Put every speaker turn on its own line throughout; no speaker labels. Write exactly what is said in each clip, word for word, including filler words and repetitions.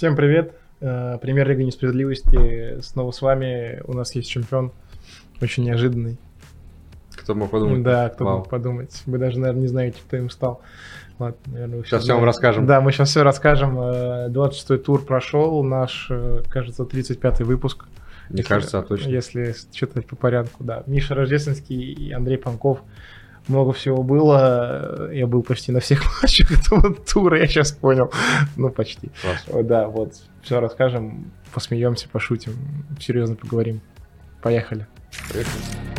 Всем привет. Премьер-лига несправедливости. Снова с вами. У нас есть чемпион. Очень неожиданный.
Кто мог подумать?
Да, кто
Вау.
мог подумать. Вы даже, наверное, не знаете, кто им стал. Ладно, наверное, вы
Сейчас все
знаете.
вам расскажем.
Да, мы сейчас все расскажем. двадцать шестой тур прошел. Наш, кажется, тридцать пятый выпуск.
Не
если,
кажется, а точно.
Если читать по порядку, да. Миша Рождественский и Андрей Панков. Много всего было. Я был почти на всех матчах этого тура, я сейчас понял. Ну, почти.
Класс.
Да, вот. Все расскажем, посмеемся, пошутим, серьезно поговорим. Поехали.
Поехали.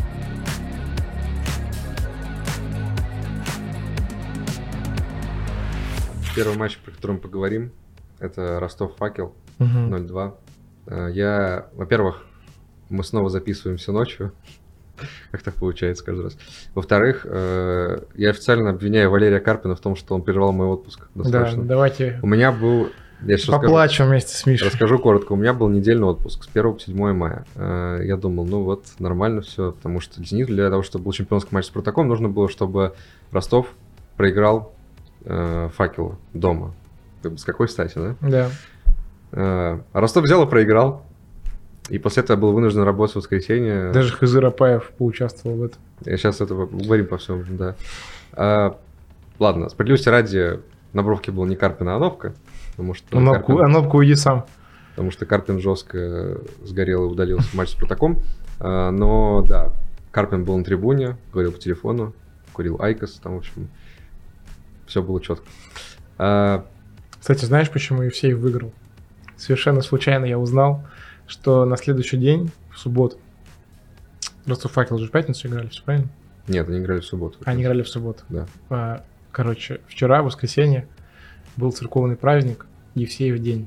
Первый матч, про который мы поговорим, это Ростов-Факел
Угу.
ноль два. Я, во-первых, мы снова записываемся ночью. Как так получается каждый раз. Во-вторых, я официально обвиняю Валерия Карпина в том, что он прервал мой отпуск. Достаточно.
Да, давайте
У меня был... Я сейчас
поплачем вместе с Мишей.
Расскажу коротко. У меня был недельный отпуск с первого по седьмое мая. Я думал, ну вот, нормально все, потому что Денис для того, чтобы был чемпионский матч с Спартаком, нужно было, чтобы Ростов проиграл э, Факелу дома. С какой стати, да?
Да.
А Ростов взял и проиграл. И после этого я был вынужден работать в воскресенье.
Даже Хызыр Апаев поучаствовал в этом.
Я сейчас этого говорим по всему, да. А, ладно, справедливости ради, на бровке был не Карпин, а Ановка. Потому что,
Анопку,
Карпин,
Анопку уйди сам.
потому что Карпин жестко сгорел и удалился в матч с Спартаком. А, но да, Карпин был на трибуне, говорил по телефону, курил Айкос, там, в общем, все было четко. А,
Кстати, знаешь, почему Евсеев выиграл? Совершенно случайно я узнал, что на следующий день, в субботу, Ростов-Факел же в пятницу играли, все правильно?
нет, они играли в субботу.
Они играли в субботу.
Да.
А, Короче, вчера, в воскресенье, был церковный праздник, Евсеев день.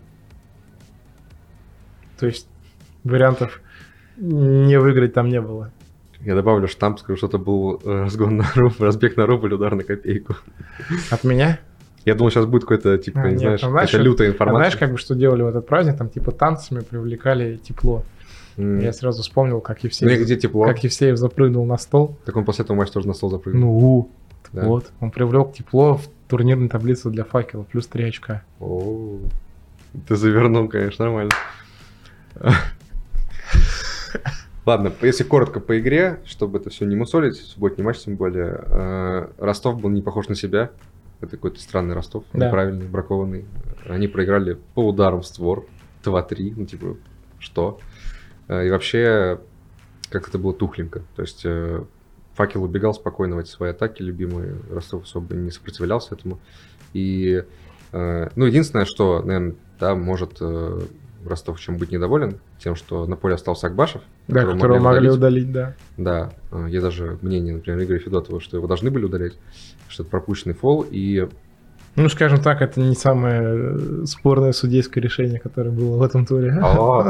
То есть вариантов не выиграть там не было.
Я добавлю штамп, скажу, что это был э, разгон на рубль, разбег на рубль, удар на копейку.
От меня?
Я думал, сейчас будет какой-то, типа,
А,
не
нет,
знаешь,
там, знаешь,
какая-то лютая
А
информация.
знаешь, как бы что делали в этот праздник? Там типа танцами привлекали тепло.
М.
Я сразу вспомнил, как
Ну и
Евсеев,
где тепло?
как Евсеев запрыгнул на стол.
Так он после этого матча тоже на стол запрыгнул.
Ну,
Да.
вот. Он привлек тепло в турнирной таблице для Факела. Плюс три очка.
О, ты завернул, конечно, нормально. Ладно, если коротко по игре, чтобы это все не мусолить, субботний матч тем более, э, Ростов был не похож на себя. Это какой-то странный Ростов,
Да.
неправильный, бракованный. Они проиграли по ударам в створ, два-три, ну типа, что? Э, И вообще, как это было тухленько. То есть э, Факел убегал спокойно в эти свои атаки любимые, Ростов особо не сопротивлялся этому. И, э, ну, единственное, что, наверное, да, может э, Ростов чем быть недоволен, тем, что на поле остался Акбашев,
Да, которого могли удалить, да.
да, э, есть даже мнение, например, Игоря Федотова, что его должны были удалять, что это пропущенный фол, и
Ну, скажем так, это не самое э, спорное судейское решение, которое было в этом туре.
О.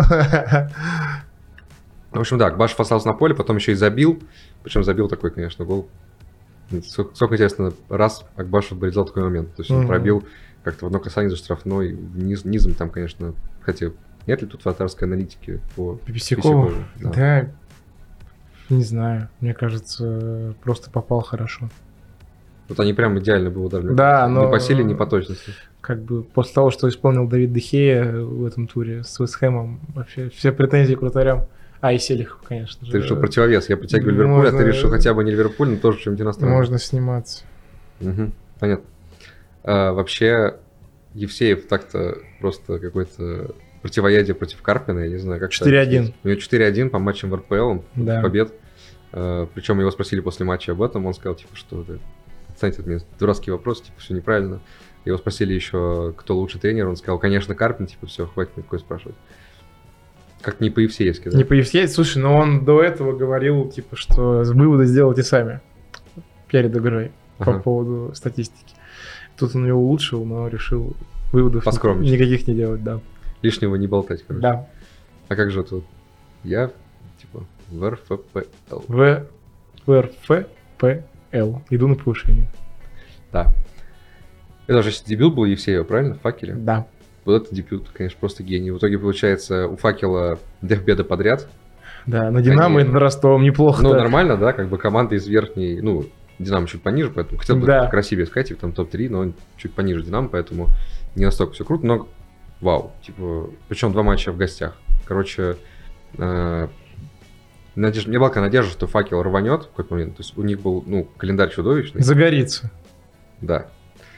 В общем, да, Акбашев остался на поле, потом еще и забил, причем забил такой, конечно, гол. Сколько, сколько, интересно, раз Акбашев вырезал такой момент, то есть он
Мгм.
пробил как-то в одно касание за штрафной, вниз, низом там, конечно, хотя нет ли тут вратарской аналитики по
Писякову,
Писякову? Да.
да, не знаю, мне кажется, просто попал хорошо.
Вот они прям идеально бы ударили.
Да, но-
Ни по силе, ни по точности.
Как бы после того, что исполнил Давид Де Геа в этом туре с Вест Хэмом, вообще все претензии к вратарям. А, и Селихов, конечно же.
Ты решил противовес. Я притягиваю
Можно-
Ливерпуль, а ты решил хотя бы не Ливерпуль, но тоже чем-нибудь иностранным.
Можно сниматься.
Мгм, понятно. А, вообще, Евсеев так-то просто какое-то противоядие против Карпина, я не знаю, как
четыре один.
так. У него четыре один по матчам в эр пэ эл, он
Да.
побед. А, причем его спросили после матча об этом, он сказал, типа, что это, отстаньте от меня, дурацкий вопрос, типа, все неправильно. Его спросили еще, кто лучший тренер, он сказал, конечно, Карпин, типа, все, хватит никакой спрашивать. Как не по-евсеевски, да?
Не по Евсееву, слушай, но он до этого говорил, типа, что выводы сделайте сами перед игрой по
Ага.
поводу статистики. Тут он ее улучшил, но решил выводов
Поскромничать.
никаких не делать, да.
Лишнего не болтать, короче.
Да.
А как же тут? Я, типа, в эр эф пэ эл.
В, в эр эф пэ эл. Иду на повышение.
Да. Это же дебют был Евсеева, правильно? В Факеле?
Да.
Вот это дебют, конечно, просто гений. В итоге, получается, у Факела две победы подряд.
Да, на Динамо
Они-
и на Ростовом неплохо.
Ну, нормально, да, как бы команда из верхней, ну, Динамо чуть пониже, поэтому хотел бы
Да.
красивее сказать, типа там топ-три, но он чуть пониже Динамо, поэтому не настолько все круто, но вау. Типа, причем два матча в гостях. Короче, э, надежда, мне была такая надежда, что Факел рванет в какой-то момент. То есть у них был, ну, календарь чудовищный.
Загорится.
Да.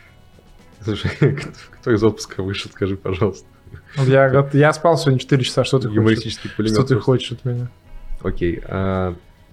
Слушай, кто, кто из отпуска вышел, скажи, пожалуйста.
Я, я спал сегодня четыре часа, что ты хочешь?
Пулемет
что ты
просто.
хочешь от меня?
Окей. А,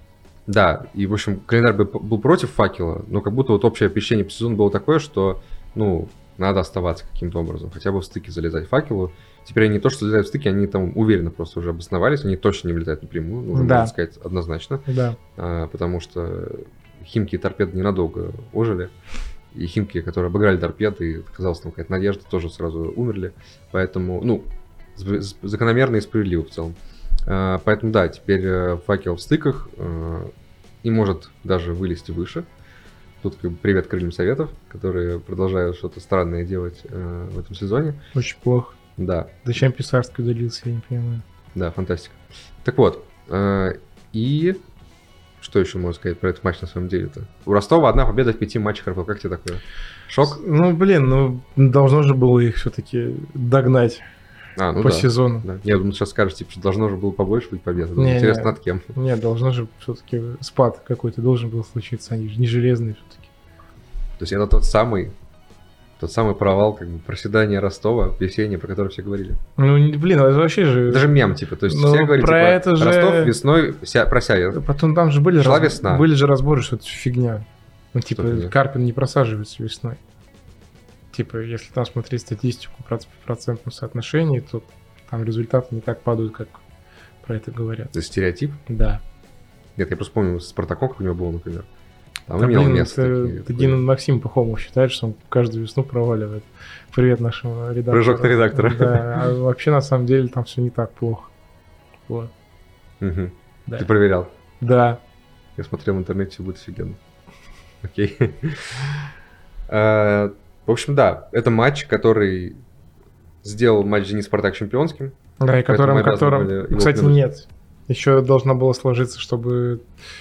да, и, в общем, календарь был, был против Факела, но как будто вот общее ощущение по сезону было такое, что, ну, надо оставаться каким-то образом, хотя бы в стыки залезать Факелу. Теперь они не то, что залезают в стыки, они там уверенно просто уже обосновались, они точно не влетают напрямую, уже,
да.
можно сказать, однозначно.
Да.
А, потому что Химки и Торпеды ненадолго ожили. И Химки, которые обыграли Торпеды, и казалось, там какая-то надежда, тоже сразу умерли. Поэтому, ну, закономерно и справедливо в целом. А, поэтому, да, теперь Факел в стыках а, и может даже вылезти выше. Тут как бы привет крыльям Советов, которые продолжают что-то странное делать а, в этом сезоне.
Очень плохо.
Да.
Зачем Писарский удалился, я не понимаю.
Да, фантастика. Так вот, а, и... Что еще можно сказать про этот матч на самом деле-то? У Ростова одна победа в пяти матчах эр пэ эл. Как тебе такое? Шок?
Ну, блин, ну, должно же было их все-таки догнать
а, ну
по
да,
сезону.
Да. Я думаю, сейчас скажешь, типа, что должно же было побольше быть побед.
Не,
Интересно,
не,
над кем?
Нет, должно же все-таки спад какой-то должен был случиться. Они же не железные все-таки.
То есть это тот самый, тот самый провал, как бы, проседания Ростова весеннее, про который все говорили.
Ну, блин, это вообще же...
Это же мем, типа, то есть
ну,
все говорят,
про
типа,
это же...
Ростов весной ся... просядет.
Потом там же были,
Шла
раз...
весна.
были же разборы, что это фигня. Ну, типа,
фигня?
Карпин не просаживается весной. Типа, если там смотреть статистику в процентном соотношении, то там результаты не так падают, как про это говорят.
Это стереотип?
Да.
Нет, я просто помню с Спартаком, как у него было, например. Там
да,
имел
блин,
место.
это, это Дина Максим Пахомов считает, что он каждую весну проваливает. Привет нашему редактору.
Прыжок на редактора.
Да, а вообще на самом деле там все не так плохо. Вот.
Угу.
Да.
Ты проверял?
Да.
Я смотрел в интернете, все будет офигенно. Окей. В общем, да, это матч, который сделал матч Зенит Спартак чемпионским.
Да, и которым, которым кстати, нет. Еще должна была сложиться, чтобы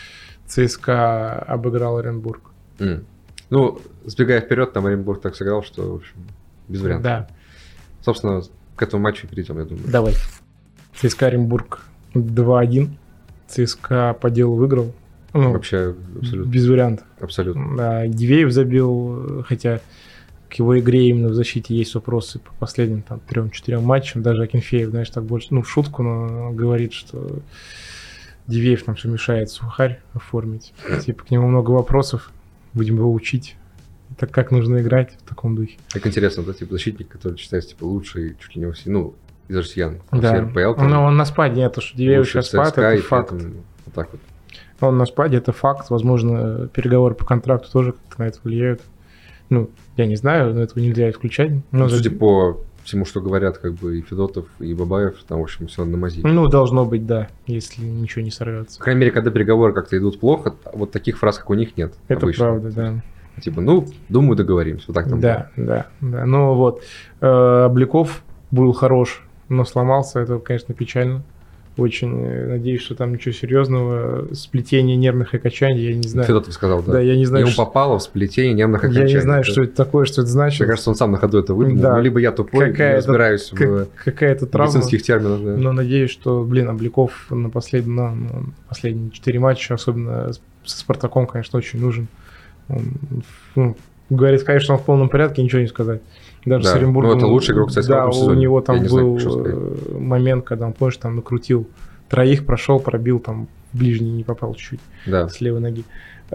ЦСКА обыграл Оренбург.
Mm. Ну, сбегая вперед, там Оренбург так сыграл, что, в общем, без вариантов.
Да.
Собственно, к этому матчу перейдем, я думаю.
Давай. ЦСКА Оренбург два один. ЦСКА по делу выиграл. Ну,
вообще, абсолютно.
Без вариантов.
Абсолютно.
Да, Дивеев забил, хотя к его игре именно в защите есть вопросы по последним там трем-четырем матчам. Даже Акинфеев, знаешь, так больше, ну, в шутку, но говорит, что Дивеев нам все мешает сухарь оформить. Типа, к нему много вопросов, будем его учить. Так как нужно играть в таком духе.
Так интересно, да, типа защитник, который считается типа лучший чуть ли не во всей, ну, из россиян.
Да,
эр пэ эл, там,
но он на спаде, нет, то, что Дивеев сейчас спад, это факт.
Этом, вот так вот.
Он на спаде, это факт. Возможно, переговоры по контракту тоже как-то на это влияют. Ну, я не знаю, но этого нельзя исключать. Но
Судя
за...
по всему, что говорят, как бы и Федотов, и Бабаев, там, в общем, все на мази.
Ну, должно быть, да, если ничего не сорвется.
По крайней мере, когда переговоры как-то идут плохо, вот таких фраз, как у них, нет.
Это
обычно.
правда, да.
Типа, ну, думаю, договоримся. Вот так там
да, было. да, да. Ну вот, э, Обликов был хорош, но сломался, это, конечно, печально. Очень надеюсь, что там ничего серьезного, сплетение нервных окончаний, я не знаю.
Федотов сказал, да.
Да, я не знаю.
Ему
что...
попало в сплетение нервных окончаний.
Я не знаю,
это...
что это такое, что это значит.
Мне кажется, он сам на ходу это выдумал.
Да.
Ну, либо я тупой, не разбираюсь
как,
в
какая-то травма.
медицинских терминах. Да.
Но надеюсь, что, блин, Обликов на, послед... на, на последние четыре матча, особенно со Спартаком, конечно, очень нужен. Он, ну, говорит, сказать, что он в полном порядке, ничего не сказать. Даже
да.
с Оренбургом.
Ну, это лучший игрок, кстати,
да, у него там был
знаю,
момент, когда он, помнишь, там накрутил троих, прошел, пробил, там в ближний не попал чуть-чуть
да.
с левой ноги.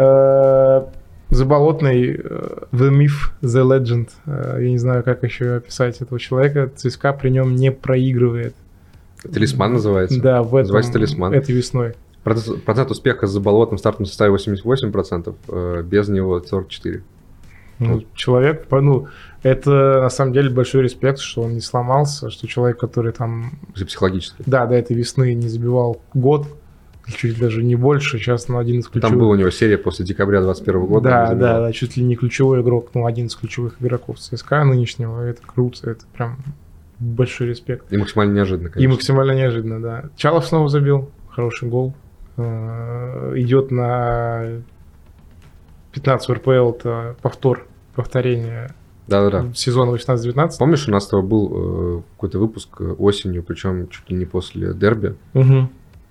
Заболотный, The Myth, The Legend, я не знаю, как еще описать этого человека, ЦСКА при нем не проигрывает.
Талисман называется?
Да, в этом,
называется талисман.
Этой весной.
Процент, процент успеха с Заболотным в стартовом составе восемьдесят восемь процентов, без него сорок четыре процента.
Ну, вот. Человек, ну, это на самом деле большой респект, что он не сломался, что человек, который там...
Психологически.
Да, до этой весны не забивал год, чуть даже не больше, сейчас на один из ключевых...
Там была у него серия после декабря двадцать первого года.
Да, да, да, чуть ли не ключевой игрок, ну, один из ключевых игроков ЦСКА нынешнего, это круто, это прям большой респект.
И максимально неожиданно, конечно.
И максимально неожиданно, да. Чалов снова забил, хороший гол. Идет на пятнадцать в эр пэ эл, это повтор, повторение
Да-да-да.
сезона восемнадцать девятнадцать.
Помнишь, у нас с тобой был э, какой-то выпуск осенью, причем чуть ли не после дерби,
Угу.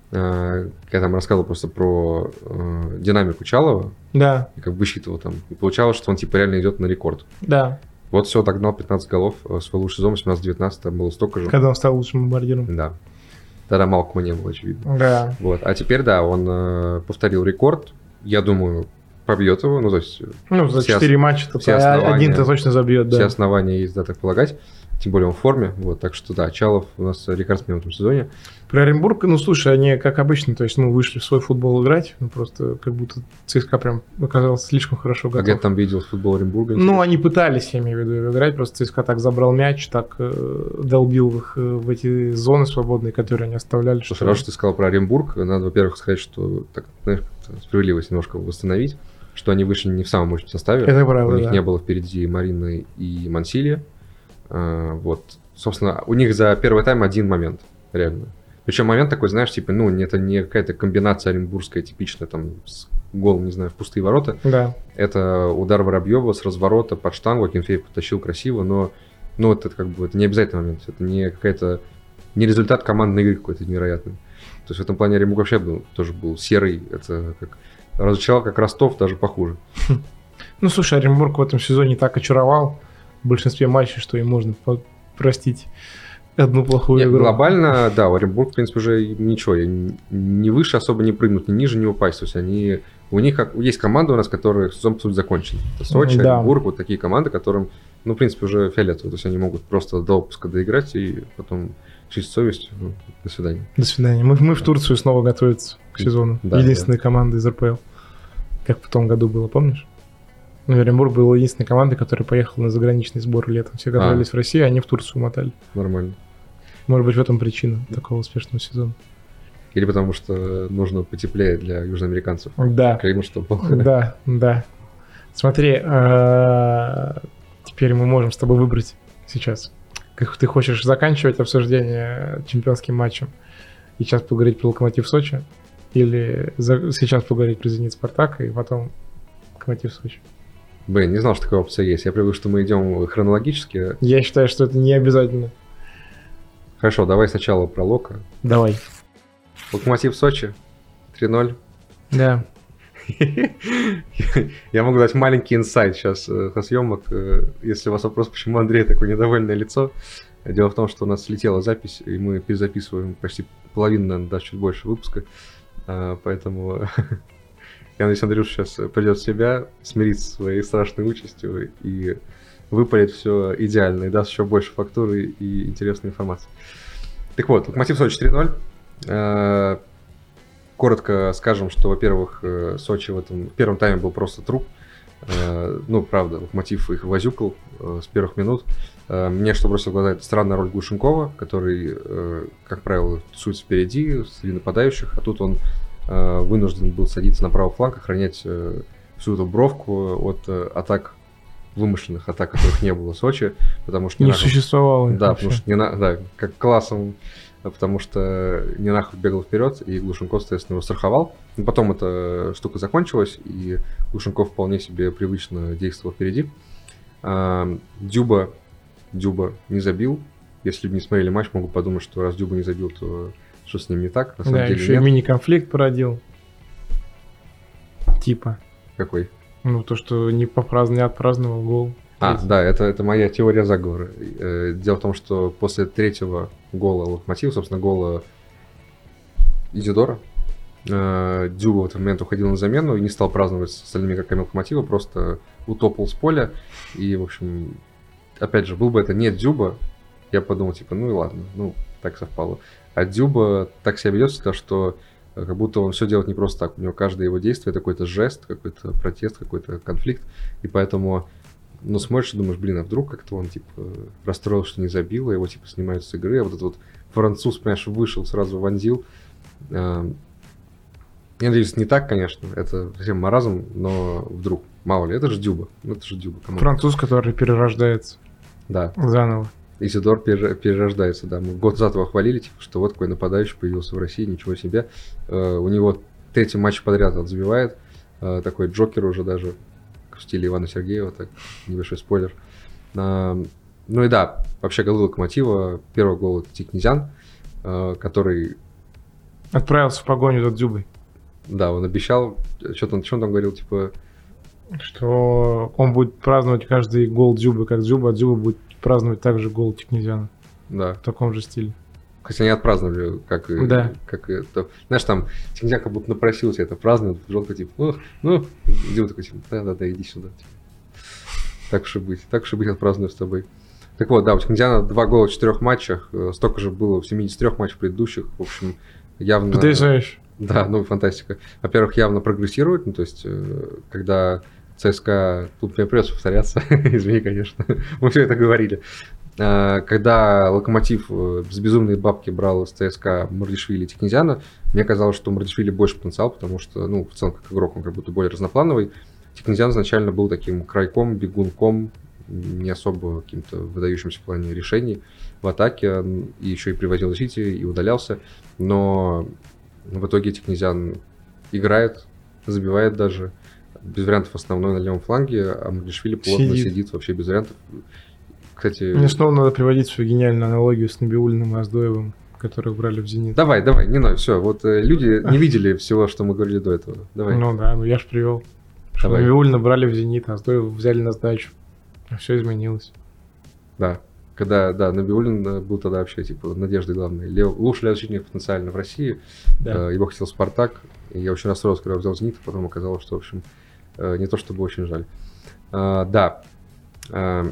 э, я там рассказывал просто про э, динамику Чалова,
Да,
и как бы высчитывал там, и получалось, что он типа реально идет на рекорд.
да.
Вот все, догнал пятнадцать голов, э, свой лучший сезон восемнадцать девятнадцать, там было столько же.
Когда он стал лучшим бомбардиром.
Да. Тогда Малкома не было, очевидно.
Да.
Вот. А теперь, да, он э, повторил рекорд. Я думаю, побьет его. Ну, то есть
Ну, за
все
четыре
ос-
матча
все основания-
один-то точно забьет,
все
да.
основания есть, да, так полагать. Тем более он в форме. Вот. Так что, да, Чалов у нас рекордсмен в этом сезоне.
Про Оренбург, ну, слушай, они, как обычно, то есть, ну, вышли в свой футбол играть, ну, просто как будто ЦСКА прям оказался слишком хорошо
А
готов.
где ты там видел футбол Оренбурга?
Ну, они пытались, я имею в виду, играть, просто ЦСКА так забрал мяч, так э, долбил в их э, в эти зоны свободные, которые они оставляли.
Слушай, раз ты сказал про Оренбург, надо, во-первых, сказать, что, так, знаешь, как-то справедливость немножко восстановить, что они вышли не в самом мощном составе.
Это правда,
У них
да.
не было впереди Марины и Мансилья. А, вот. Собственно, у них за первый тайм один момент, реально. Причем момент такой, знаешь, типа, ну, это не какая-то комбинация оренбургская типичная, там, с голом, не знаю, в пустые ворота.
Да.
Это удар Воробьева с разворота под штангу, Акинфеев потащил красиво, но, ну, это как бы, это не обязательный момент, это не какая-то, не результат командной игры какой-то невероятный. То есть в этом плане Оренбург вообще был, тоже был серый, это как разочаровал, как Ростов, даже похуже.
Ну, слушай, Оренбург в этом сезоне так очаровал в большинстве матчей, что им можно по- простить одну плохую
Нет,
игру.
глобально, да, у Оренбург, в принципе, уже ничего, и не выше особо не прыгнут, ни ниже не упасть. То есть они, у них как, есть команды у нас, которые сезон, по сути, закончен. Это Сочи,
Да.
Оренбург, вот такие команды, которым, ну, в принципе, уже фиолетово. То есть они могут просто до отпуска доиграть и потом чистить совесть. Ну, до свидания.
До свидания. Мы, мы в Турцию снова готовиться к сезону.
Да,
Единственная команда из эр пэ эл. Как в том году было, помнишь? Ну, Оренбург был единственной командой, которая поехала на заграничный сбор летом. Все готовились
А.
в России, а они в Турцию мотали.
Нормально.
Может быть, в этом причина такого успешного сезона.
Или потому что нужно потеплее для южноамериканцев.
Да,
Климат, чтобы был.
да, да. Смотри, э, теперь мы можем с тобой выбрать сейчас. Как ты хочешь заканчивать обсуждение чемпионским матчем и сейчас поговорить про Локомотив Сочи? Или за- сейчас поговорить про Зенит Спартак и потом Локомотив Сочи?
Блин, не знал, что такая опция есть. Я привык, что мы идем хронологически.
Я считаю, что это не обязательно.
Хорошо, давай сначала про Лока.
Давай.
Локомотив Сочи три ноль.
Да.
Я могу дать маленький инсайт сейчас э, со съемок. Э, Если у вас вопрос, почему Андрей такое недовольное лицо, дело в том, что у нас слетела запись, и мы перезаписываем почти половину, наверное, даже чуть больше выпуска. А, Поэтому я надеюсь, Андрюш сейчас придет в себя, смирится со своей страшной участью и выпалит все идеально, и даст еще больше фактуры и интересной информации. Так вот, Локомотив Сочи три ноль. Э, Коротко скажем, что, во-первых, э, Сочи в этом в первом тайме был просто труп. Э, Ну, правда, Локомотив их возюкал э, с первых минут. Э, Мне что бросило в глаза, это странная роль Глушенкова, который, э, как правило, тусуется впереди среди нападающих, а тут он э, вынужден был садиться на правый фланг, охранять э, всю эту бровку от э, атак, вымышленных атак, которых не было в Сочи, потому что
Не
Ненахов-
существовало. их
Да,
вообще.
потому что не на, да, как классом, потому что Ненахов бегал вперед, и Глушенков, соответственно, его страховал. Но потом эта штука закончилась, и Глушенков вполне себе привычно действовал впереди. А, Дюба, Дюба не забил. Если бы не смотрели матч, могу подумать, что раз Дюба не забил, то что с ним не так. На самом
Да,
деле
еще и
нет.
мини-конфликт породил. Типа.
Какой?
Ну, то, что не, попразд... не отпраздновал гол.
А,
Третий.
да, это, это моя теория заговора. Э, Дело в том, что после третьего гола Локомотива, собственно, гола Изидора, э, Дюба в этот момент уходил на замену и не стал праздновать с остальными игроками Локомотива, просто утопал с поля. И, в общем, опять же, был бы это не Дюба, я подумал, типа, ну и ладно, ну, так совпало. А Дюба так себя ведет всегда, что э, как будто он все делает не просто так. У него каждое его действие это какой-то жест, какой-то протест, какой-то конфликт. И поэтому, ну, смотришь и думаешь, блин, а вдруг как-то он, типа, расстроил, что не забил, а его, типа, снимают с игры. А вот этот вот француз, понимаешь, вышел, сразу вонзил. Э, Я надеюсь, не так, конечно, это совсем маразм, но вдруг, мало ли, это же Дюба, ну это же Дюба. Кому?
Француз, который перерождается
Да,
заново.
Изидор пере- перерождается, да. Мы год назад его хвалили, типа, что вот такой нападающий появился в России, ничего себе. Э, у него третий матч подряд он забивает. Э, такой Джокер уже даже в стиле Ивана Сергеева, так, небольшой спойлер. А, ну и да, вообще голы Локомотива. Первый гол — это Тикнезян, который...
Отправился в погоню за Дзюбой.
Да, он обещал, что-то он, что он там говорил, типа...
Что он будет праздновать каждый гол Дзюбы, как Дзюба, а Дзюба будет праздновать также гол Тикнезяна.
Да.
В таком же стиле.
Хотя они отпраздновали, как,
да.
как это... Знаешь, там Тикнезян как будто напросился это праздновать, жёлтый типа, ну, ну, Дзюба такой, типа, да-да-да, иди сюда. Типа. Так уж и быть, так уж и быть, отпраздную с тобой. Так вот, да, у Тикнезяна два гола в четырех матчах, столько же было в семидесяти трёх матчах предыдущих, в общем, явно...
Потрясающе.
Да, ну, фантастика. Во-первых, явно прогрессирует, ну, то есть, когда ЦСКА... Тут мне придется повторяться, извини, конечно, мы все это говорили. Когда Локомотив с безумной бабки брал из ЦСКА Мардишвили и Тикнезяна, мне казалось, что у Мардишвили больше потенциал, потому что, ну, в целом, как игрок, он как будто более разноплановый. Тикнезян изначально был таким крайком, бегунком, не особо каким-то выдающимся в плане решений в атаке, и еще и приводил в защите, и удалялся. Но в итоге Тикнезян играет, забивает даже, без вариантов основной на левом фланге, а Мардишвили плотно сидит, сидит вообще без вариантов. Кстати...
Мне снова надо приводить свою гениальную аналогию с Набиуллиным и Оздоевым, которых брали в «Зенит».
Давай, давай, не ной, все. Вот э, люди не видели всего, что мы говорили до этого. Давай.
Ну да, ну я ж привел. Набиуллина брали в «Зенит», а Оздоева взяли на сдачу. Все изменилось.
Да. Когда, да, Набиуллин был тогда вообще, типа, надеждой главной. Лев... Лучший левозащитник потенциально в России. Да. Э, его хотел «Спартак». И я очень расстроился, когда взял «Зенит», а потом оказалось, что, в общем, э, не то чтобы очень жаль. Э, да. Э,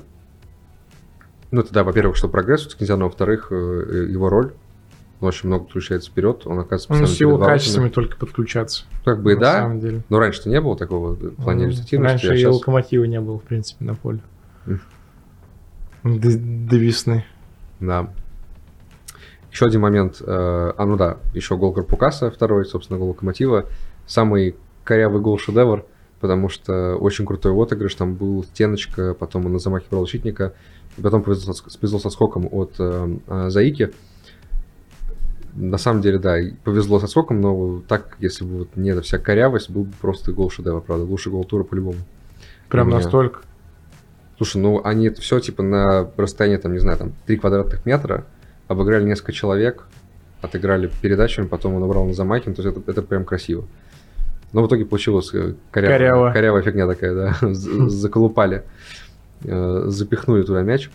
Ну, это, да, во-первых, что прогресс у Тикнезяна, во-вторых, его роль. Он очень много подключается вперед, он оказывается постоянно.
Ну, с его качествами только подключаться.
Как бы и да, самом деле. Но раньше-то не было такого в плане
ну,
результативности.
Раньше а и сейчас... Локомотива не было, в принципе, на поле. Mm. До, до весны.
Да. Еще один момент. А, ну да, еще гол Карпукаса, второй, собственно, гол Локомотива. Самый корявый гол-шедевр, потому что очень крутой отыгрыш. Там был стеночка, потом он на замахе брал защитника. И потом повезло, повезло со скоком от э, Заики. На самом деле, да, повезло со скоком, но так, если бы вот не эта вся корявость, был бы просто гол шедевра, правда. Лучший гол тура по-любому.
Прям настолько?
Слушай, ну они это все типа на расстоянии, там, не знаю, там, три квадратных метра, обыграли несколько человек, отыграли передачами, потом он набрал на замахе, то есть это, это прям красиво. Но в итоге получилось коряво,
коряво.
корявая фигня такая, да, заколупали. Запихнули туда мяч.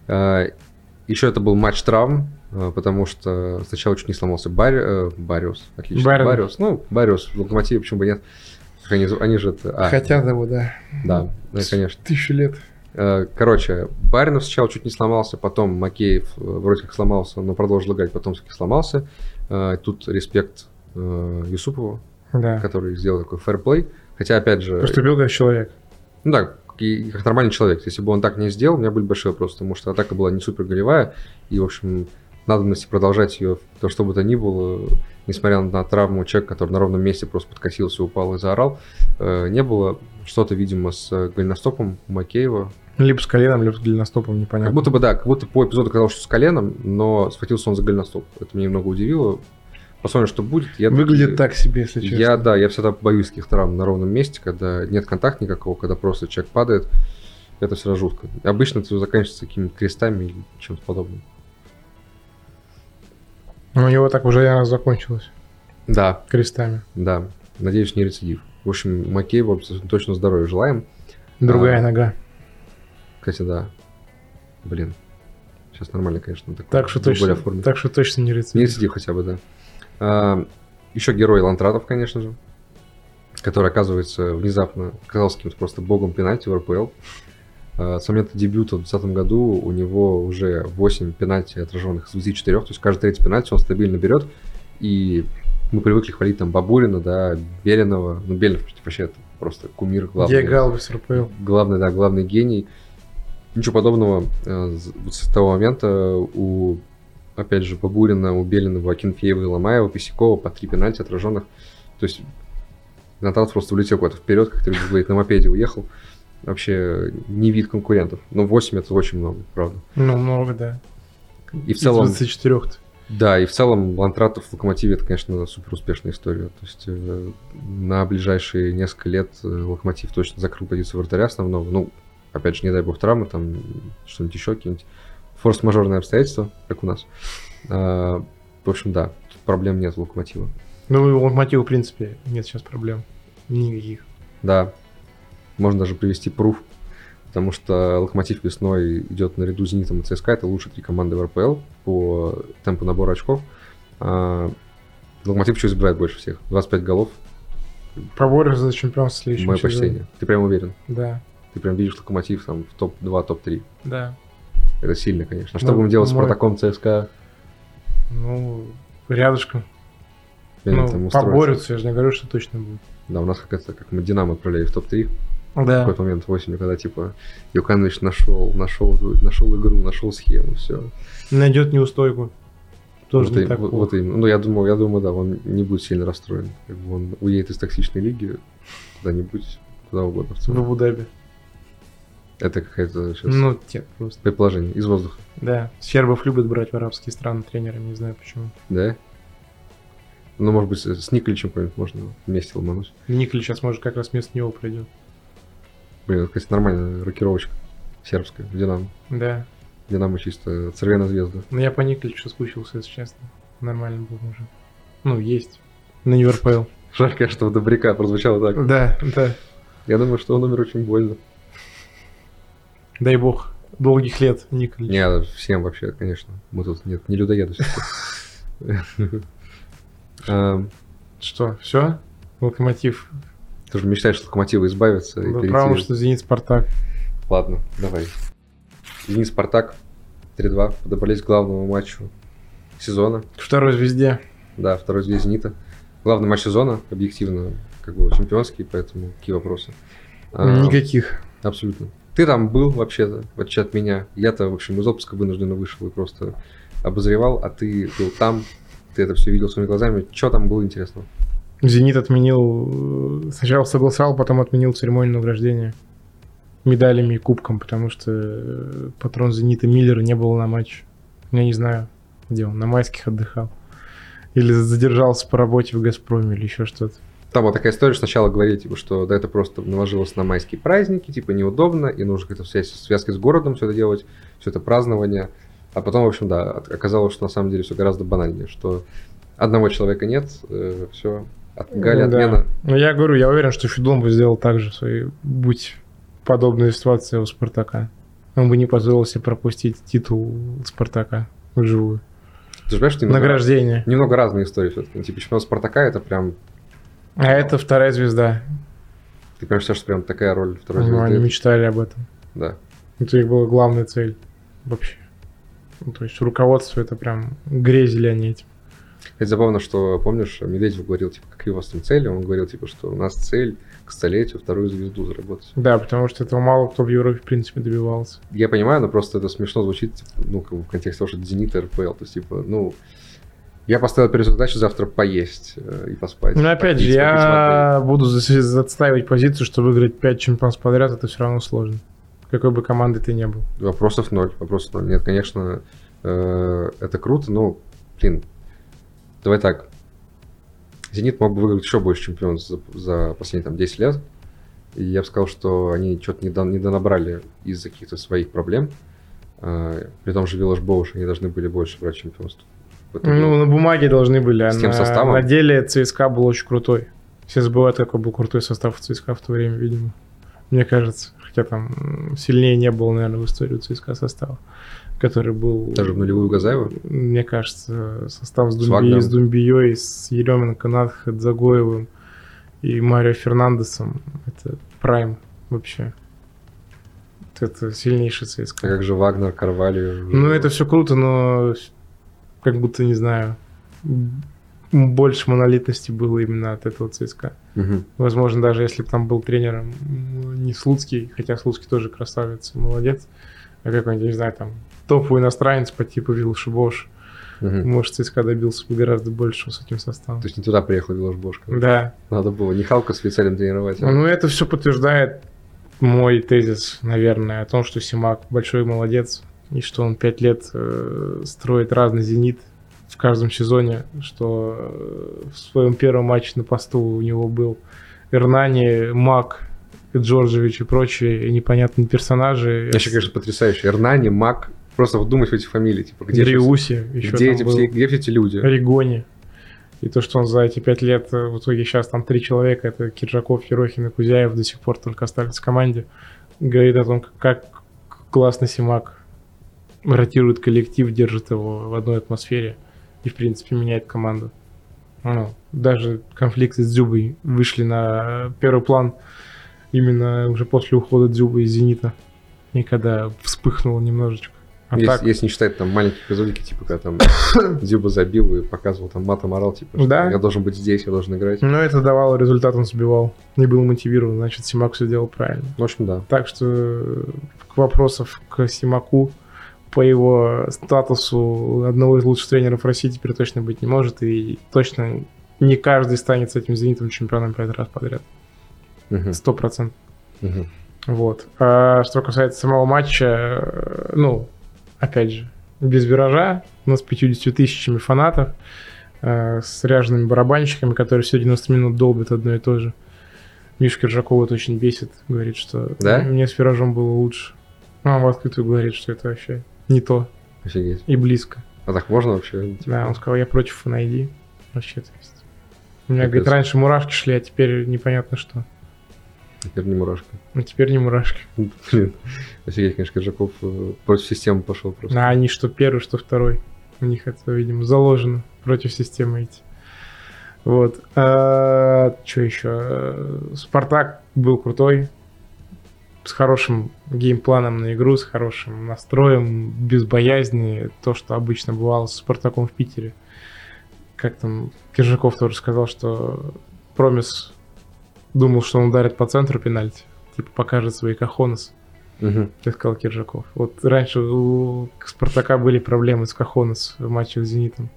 Еще это был матч травм, потому что сначала чуть не сломался Барри... Бариус. Отлично.
Барин.
Бариус. Ну, Бариус в Локомотиве, почему бы нет. Они, они же это...
А, хотят его, да.
Да, да, конечно.
Тысячу лет.
Короче, Баринов сначала чуть не сломался, потом Макеев вроде как сломался, но продолжил играть, потом все-таки сломался. Тут респект Юсупову,
да.
который сделал такой фэрплей. Хотя, опять же...
Поступил как человек.
Ну да, и как нормальный человек. Если бы он так не сделал, у меня были большие вопросы, потому что атака была не супер голевая, и, в общем, надобности продолжать ее, то что бы то ни было, несмотря на травму, человек, который на ровном месте просто подкосился, упал и заорал, э, не было. Что-то, видимо, с голеностопом у Макеева.
Либо с коленом, либо с голеностопом, непонятно.
Как будто бы, да, как будто по эпизоду казалось, что с коленом, но схватился он за голеностоп. Это меня немного удивило. Посмотрим, что будет. Я
Выглядит
таки,
так себе, если честно.
Я, да, я всегда боюсь каких-то травм на ровном месте, когда нет контакта никакого, когда просто человек падает. Это всегда жутко. Обычно это заканчивается какими-то крестами или чем-то подобным.
У него так уже наверное, закончилось.
Да.
Крестами.
Да. Надеюсь, не рецидив. В общем, Макееву точно здоровья желаем.
Другая
а,
нога.
Кстати, да. Блин. Сейчас нормально, конечно.
Так что, точно, так что точно не рецидив.
Не рецидив хотя бы, да. А, еще герой Лантратов, конечно же, который, оказывается, внезапно оказался каким-то просто богом пенальти в эр пэ эл. А, с момента дебюта в двадцать двадцатом году у него уже восемь пенальти отраженных из двадцати четырёх, то есть каждый третий пенальти он стабильно берет. И мы привыкли хвалить там Бабурина, да, Беленова. Ну, Беленов вообще это просто кумир, главный.
Диагалвис эр пэ эл.
Главный, да, главный гений. Ничего подобного вот с того момента у, опять же, Бабурина, у Беленова, Акинфеева и Ломаева, Писякова по три пенальти отраженных. То есть Наталов просто улетел куда-то вперед, как ты говоришь, на мопеде уехал. Вообще не вид конкурентов. Но восемь это очень много, правда.
Ну, много, да.
И в целом...
двадцати четырёх-то.
Да, и в целом Лантратов в Локомотиве это, конечно, супер успешная история. То есть э, на ближайшие несколько лет Локомотив точно закрыл позицию вратаря основного. Ну, опять же, не дай бог травмы, там что-нибудь еще, какие-нибудь форс-мажорные обстоятельства, как у нас. А, в общем, да, тут проблем нет у Локомотива.
Ну, у Локомотива, в принципе, нет сейчас проблем. Никаких.
Да, можно даже привести пруф, потому что Локомотив весной идет наряду с Зенитом и ЦСКА, это лучшие три команды в эр пэ эл по темпу набора очков. А, Локомотив еще забирает больше всех, двадцать пять голов.
Поборется за чемпионство в следующем
Мое
сезоне.
почтение. Ты прям уверен?
Да.
Ты прям видишь Локомотив там в топ два, топ три.
Да.
Это сильно, конечно. А что
Ну,
будем делать с
мой-
Спартаком, ЦСКА?
Ну, рядышком.
Или
Ну,
там устроиться?
поборются, я же не говорю, что точно будет.
Да, у нас как это, как мы Динамо отправляли в топ три в
Да.
какой-то момент осенью, когда типа Юканович нашел, нашел, нашел игру, нашел схему, все.
Найдет неустойку. Тоже
вот,
не
и-
так
вот,
плохо.
вот именно. Ну, я думаю, я думаю, да, он не будет сильно расстроен. Как бы он уедет из токсичной лиги куда-нибудь, куда угодно в
В
целом.
Абу-Даби.
Это какая-то сейчас
Ну, нет, просто.
предположение из воздуха.
Да. Сербов любят брать в арабские страны тренерами, не знаю почему.
Да? Ну, может быть, с Николичем какой-нибудь можно вместе ломануть.
Николь сейчас, может, как раз вместо него пройдет.
Блин, это, кстати, нормальная рокировочка сербская, в Динамо.
Да.
Динамо чисто цервена звезда.
Но я по Николичу соскучился, если честно. Нормально был мужик. Ну, есть. На не в эр пэ эл.
Жаль, конечно, у Добряка прозвучало так.
Да, да.
Я думаю, что он умер очень больно.
Дай бог. Долгих лет, Николич.
Не, всем вообще, конечно. Мы тут, нет, не людоеды все-таки. А,
Что, все? Локомотив.
Ты же мечтаешь от Локомотива избавиться и
Да,
перейти.
правда, что Зенит, Спартак.
Ладно, давай. Зенит, Спартак, три-два. Подобрались к главному матчу сезона.
Второй звезде.
Да, второй звезд Зенита. Главный матч сезона, объективно, как бы чемпионский, поэтому какие вопросы? А,
Никаких.
Абсолютно. Ты там был вообще-то, в отличие от меня. Я-то, в общем, из отпуска вынужденно вышел и просто обозревал, а ты был там, ты это все видел своими глазами. Что там было интересного?
Зенит отменил... э, Сначала согласовал, потом отменил церемонию награждения медалями и кубком, потому что э, патрон Зенита Миллер не был на матче. Я не знаю, где он, на майских отдыхал. Или задержался по работе в «Газпроме» или еще что-то.
Там вот такая история, что сначала говорили, типа, что да, это просто наложилось на майские праздники, типа, неудобно, и нужно как-то в связи- в связке с городом все это делать, все это празднование. А потом, в общем, да, от- оказалось, что на самом деле все гораздо банальнее, что одного человека нет, все, отгали,
Ну, да.
отмена.
Ну, я говорю, я уверен, что Федлон бы сделал так же, в своей, будь подобная ситуация у «Спартака». Он бы не позволил себе пропустить титул «Спартака» вживую.
Ты же понимаешь, что немного,
Награждение.
немного разные истории все-таки. Типа, чемпионат Спартака это прям,
А это вторая звезда.
ты понимаешь, что прям такая роль второй
Ну, они
звезды.
мечтали об этом.
Да.
Это их была главная цель вообще. Ну, то есть руководство это прям грезили они этим.
Это забавно, что, помнишь, Медведев говорил, типа, какие у вас там цели? Он говорил, типа, что у нас цель к столетию вторую звезду заработать.
Да, потому что этого мало кто в Европе, в принципе, добивался.
Я понимаю, но просто это смешно звучит, типа, ну, как бы в контексте того, что это Зенит и эр пэ эл. То есть, типа, ну, я поставил перед задачу завтра поесть э, и поспать.
Ну, опять же,
попить, попить
я буду за- отстаивать позицию, что выиграть пять чемпионств подряд, это все равно сложно. Какой бы команды ты ни был.
воды. Вопросов ноль, вопросов ноль. Нет, конечно, э, это круто, но, блин, давай так. Зенит мог бы выиграть еще больше чемпионств за, за последние там десять лет. И я бы сказал, что они что-то не, до- не донабрали из-за каких-то своих проблем. А, при том же Виллаж Боуш, они должны были больше брать чемпионств. Это
Ну,
было-
на бумаге должны были, а
С тем
на,
составом?
на деле ЦСКА был очень крутой. Все забывают, какой был крутой состав у ЦСКА в то время, видимо. Мне кажется. Хотя там м, сильнее не было, наверное, в истории у ЦСКА состава, который был...
Даже в нулевую Газаева?
Мне кажется, состав с,
С
Думби...
Вагнером?
с Думбией, с Еременко, Надхат, Загоевым и Марио Фернандесом. Это прайм вообще. Вот это сильнейший
А
ЦСКА.
как же Вагнер, Карвалью?
Ну, это все круто, но как будто, не знаю, м, больше монолитности было именно от этого ЦСКА.
Мгм.
Возможно, даже если бы там был тренером м, не Слуцкий, хотя Слуцкий тоже красавец, молодец, а какой-нибудь, не знаю, там, топовый иностранец по типу Виллаш Бош,
Мгм.
может, ЦСКА добился бы гораздо большего с этим составом.
То есть не туда приехал Виллаж Бош.
Да.
Надо было не Халка с Вицелем тренировать. а-
Ну, это все подтверждает мой тезис, наверное, о том, что Симак большой молодец, и что он пять лет э, строит разный «Зенит» в каждом сезоне, что э, в своем первом матче на посту у него был Эрнани, Мак, Джорджевич и прочие непонятные персонажи.
Еще, конечно, потрясающе. Эрнани, Мак. Просто вдумать в эти фамилии. Типа, где
Дриуси.
Еще где, эти, все, где все эти люди?
Ригони. И то, что он за эти пять лет, в итоге сейчас там три человека, это Киржаков, Ерохин и Кузяев, до сих пор только остались в команде, говорит о том, как классно Симак ротирует коллектив, держит его в одной атмосфере и, в принципе, меняет команду. Ну, даже конфликты с Дзюбой вышли на первый план именно уже после ухода Дзюбы из «Зенита», и когда вспыхнуло немножечко. А
если,
так...
если не считать там маленькие эпизодики, типа когда там Дзюба забил и показывал, там матом орал, типа, что
да?
Я должен быть здесь, я должен играть.
Но это давало результат, он забивал. Не был мотивирован, значит, Симак все делал правильно.
В общем, да.
Так что к вопросов к Симаку по его статусу одного из лучших тренеров России теперь точно быть не может, и точно не каждый станет с этим «Зенитом» чемпионом пять раз подряд. Сто процентов.
Угу.
Вот. А что касается самого матча, ну, опять же, без виража, но с пятьюдесятью тысячами фанатов, э, с ряжеными барабанщиками, которые все девяносто минут долбят одно и то же. Миша Киржаков это очень бесит, говорит, что
да?
мне с виражом было лучше. Ну, он в открытую говорит, что это вообще не то.
Офигеть.
И близко.
А так можно вообще?
Типа... Да, он сказал, я против Фан ай ди. Вообще, то есть. У меня, говорит, раньше мурашки шли, а теперь непонятно что.
Теперь не мурашка.
Ну, теперь не мурашки.
Блин, офигеть, конечно, Киржаков против системы пошел просто.
А они что первый, что второй. У них это, видимо, заложено против системы идти. Вот. А, что еще? Спартак был крутой. С хорошим геймпланом на игру, с хорошим настроем, без боязни. То, что обычно бывало с Спартаком в Питере. Как там Киржаков тоже сказал, что Промис думал, что он ударит по центру пенальти. Типа покажет свои кахонос.
Угу.
Так сказал Киржаков. Вот раньше у Спартака были проблемы с кахонос в матчах с «Зенитом»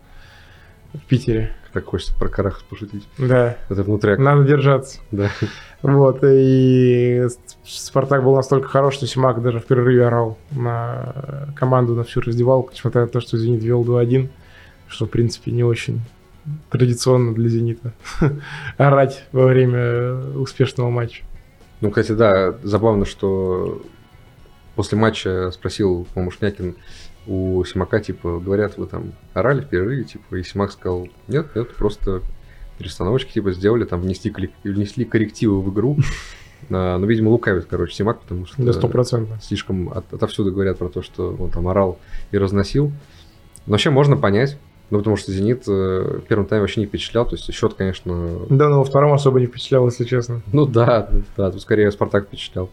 в Питере.
Так хочется про Карахас пошутить.
Да.
Это внутряк.
Надо держаться.
Да.
Вот. И Спартак был настолько хорош, что Симак даже в перерыве орал на команду, на всю раздевалку, несмотря на то, что «Зенит» вел два-один, что, в принципе, не очень традиционно для «Зенита» орать во время успешного матча.
Ну, кстати, да, забавно, что после матча спросил, по-моему, Шнякин у Симака, типа, говорят, вы там орали в перерыве, типа, и Симак сказал, нет, нет, просто перестановочки, типа, сделали, там, внесли, внесли коррективы в игру, но, видимо, лукавит, короче, Симак, потому что
да, сто процентов.
Слишком от, отовсюду говорят про то, что он там орал и разносил. Но вообще можно понять, ну, потому что «Зенит» в первом тайме вообще не впечатлял, то есть счет, конечно...
Да, но во втором особо не впечатлял, если честно.
Ну да, да, тут скорее «Спартак» впечатлял.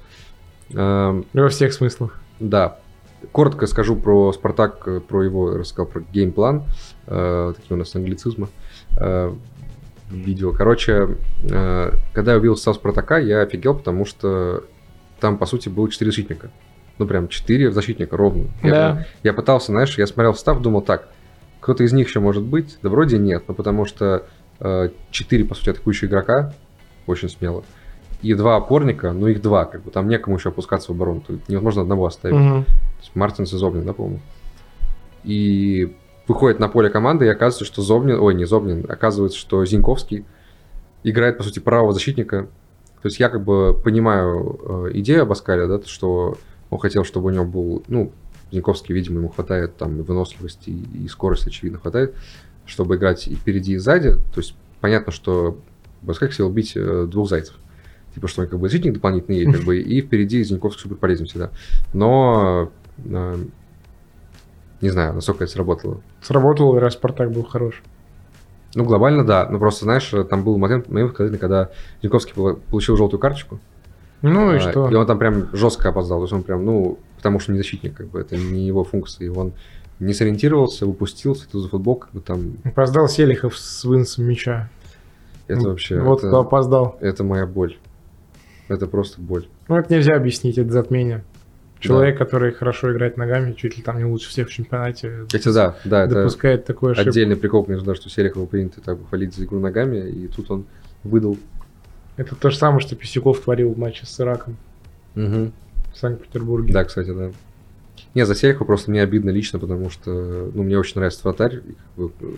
Во всех смыслах.
Да. Коротко скажу про «Спартак», про его, я рассказал, про геймплан, такие у нас англицизмы в видео. Короче, когда я увидел состав «Спартака», я офигел, потому что там, по сути, было четыре защитника. Ну, прям четыре защитника ровно.
Да.
Я, я пытался, знаешь, я смотрел состав, думал так, кто-то из них еще может быть? Да вроде нет, ну потому что четыре, э, по сути, атакующих игрока, очень смело, и два опорника, ну их два, как бы там некому еще опускаться в оборону, тут невозможно одного оставить.
Угу.
То есть Мартинс и Зобнин, да, по-моему. И выходит на поле команды, и оказывается, что Зобнин, ой, не Зобнин, оказывается, что Зиньковский играет, по сути, правого защитника. То есть я как бы понимаю э, идею Абаскаля, да, что он хотел, чтобы у него был, ну, Зиньковский, видимо, ему хватает там и выносливости, и скорости, очевидно, хватает, чтобы играть и впереди, и сзади. То есть понятно, что Баскаль хотел бить э, двух зайцев. Типа, что он как бы защитник дополнительный, и, как бы, и впереди Зиньковский супер полезен всегда. Но э, не знаю, насколько это сработало.
Сработало, раз Спартак был хорош.
Ну, глобально, да. Ну, просто, знаешь, там был момент, момент когда Зиньковский получил желтую карточку.
Ну и
а,
что?
И он там прям жестко опоздал. То есть он прям, ну, потому что не защитник, как бы, это не его функция. И он не сориентировался, выпустился, это за футбол, как бы там...
Опоздал Селихов с выносом мяча.
Это вообще...
Вот
это,
кто опоздал.
Это моя боль. Это просто боль.
Ну, это нельзя объяснить, это затмение. Человек, да. который хорошо играет ногами, чуть ли там не лучше всех в чемпионате,
это, да, да,
допускает это такой ошибку.
Отдельный прикол, конечно, да, что Селихова принято так бы хвалить за игру ногами, и тут он выдал.
Это то же самое, что Писюков творил в матче с Ираком
угу.
в Санкт-Петербурге.
Да, кстати, да. Не, за Селихова просто мне обидно лично, потому что, ну, мне очень нравится вратарь.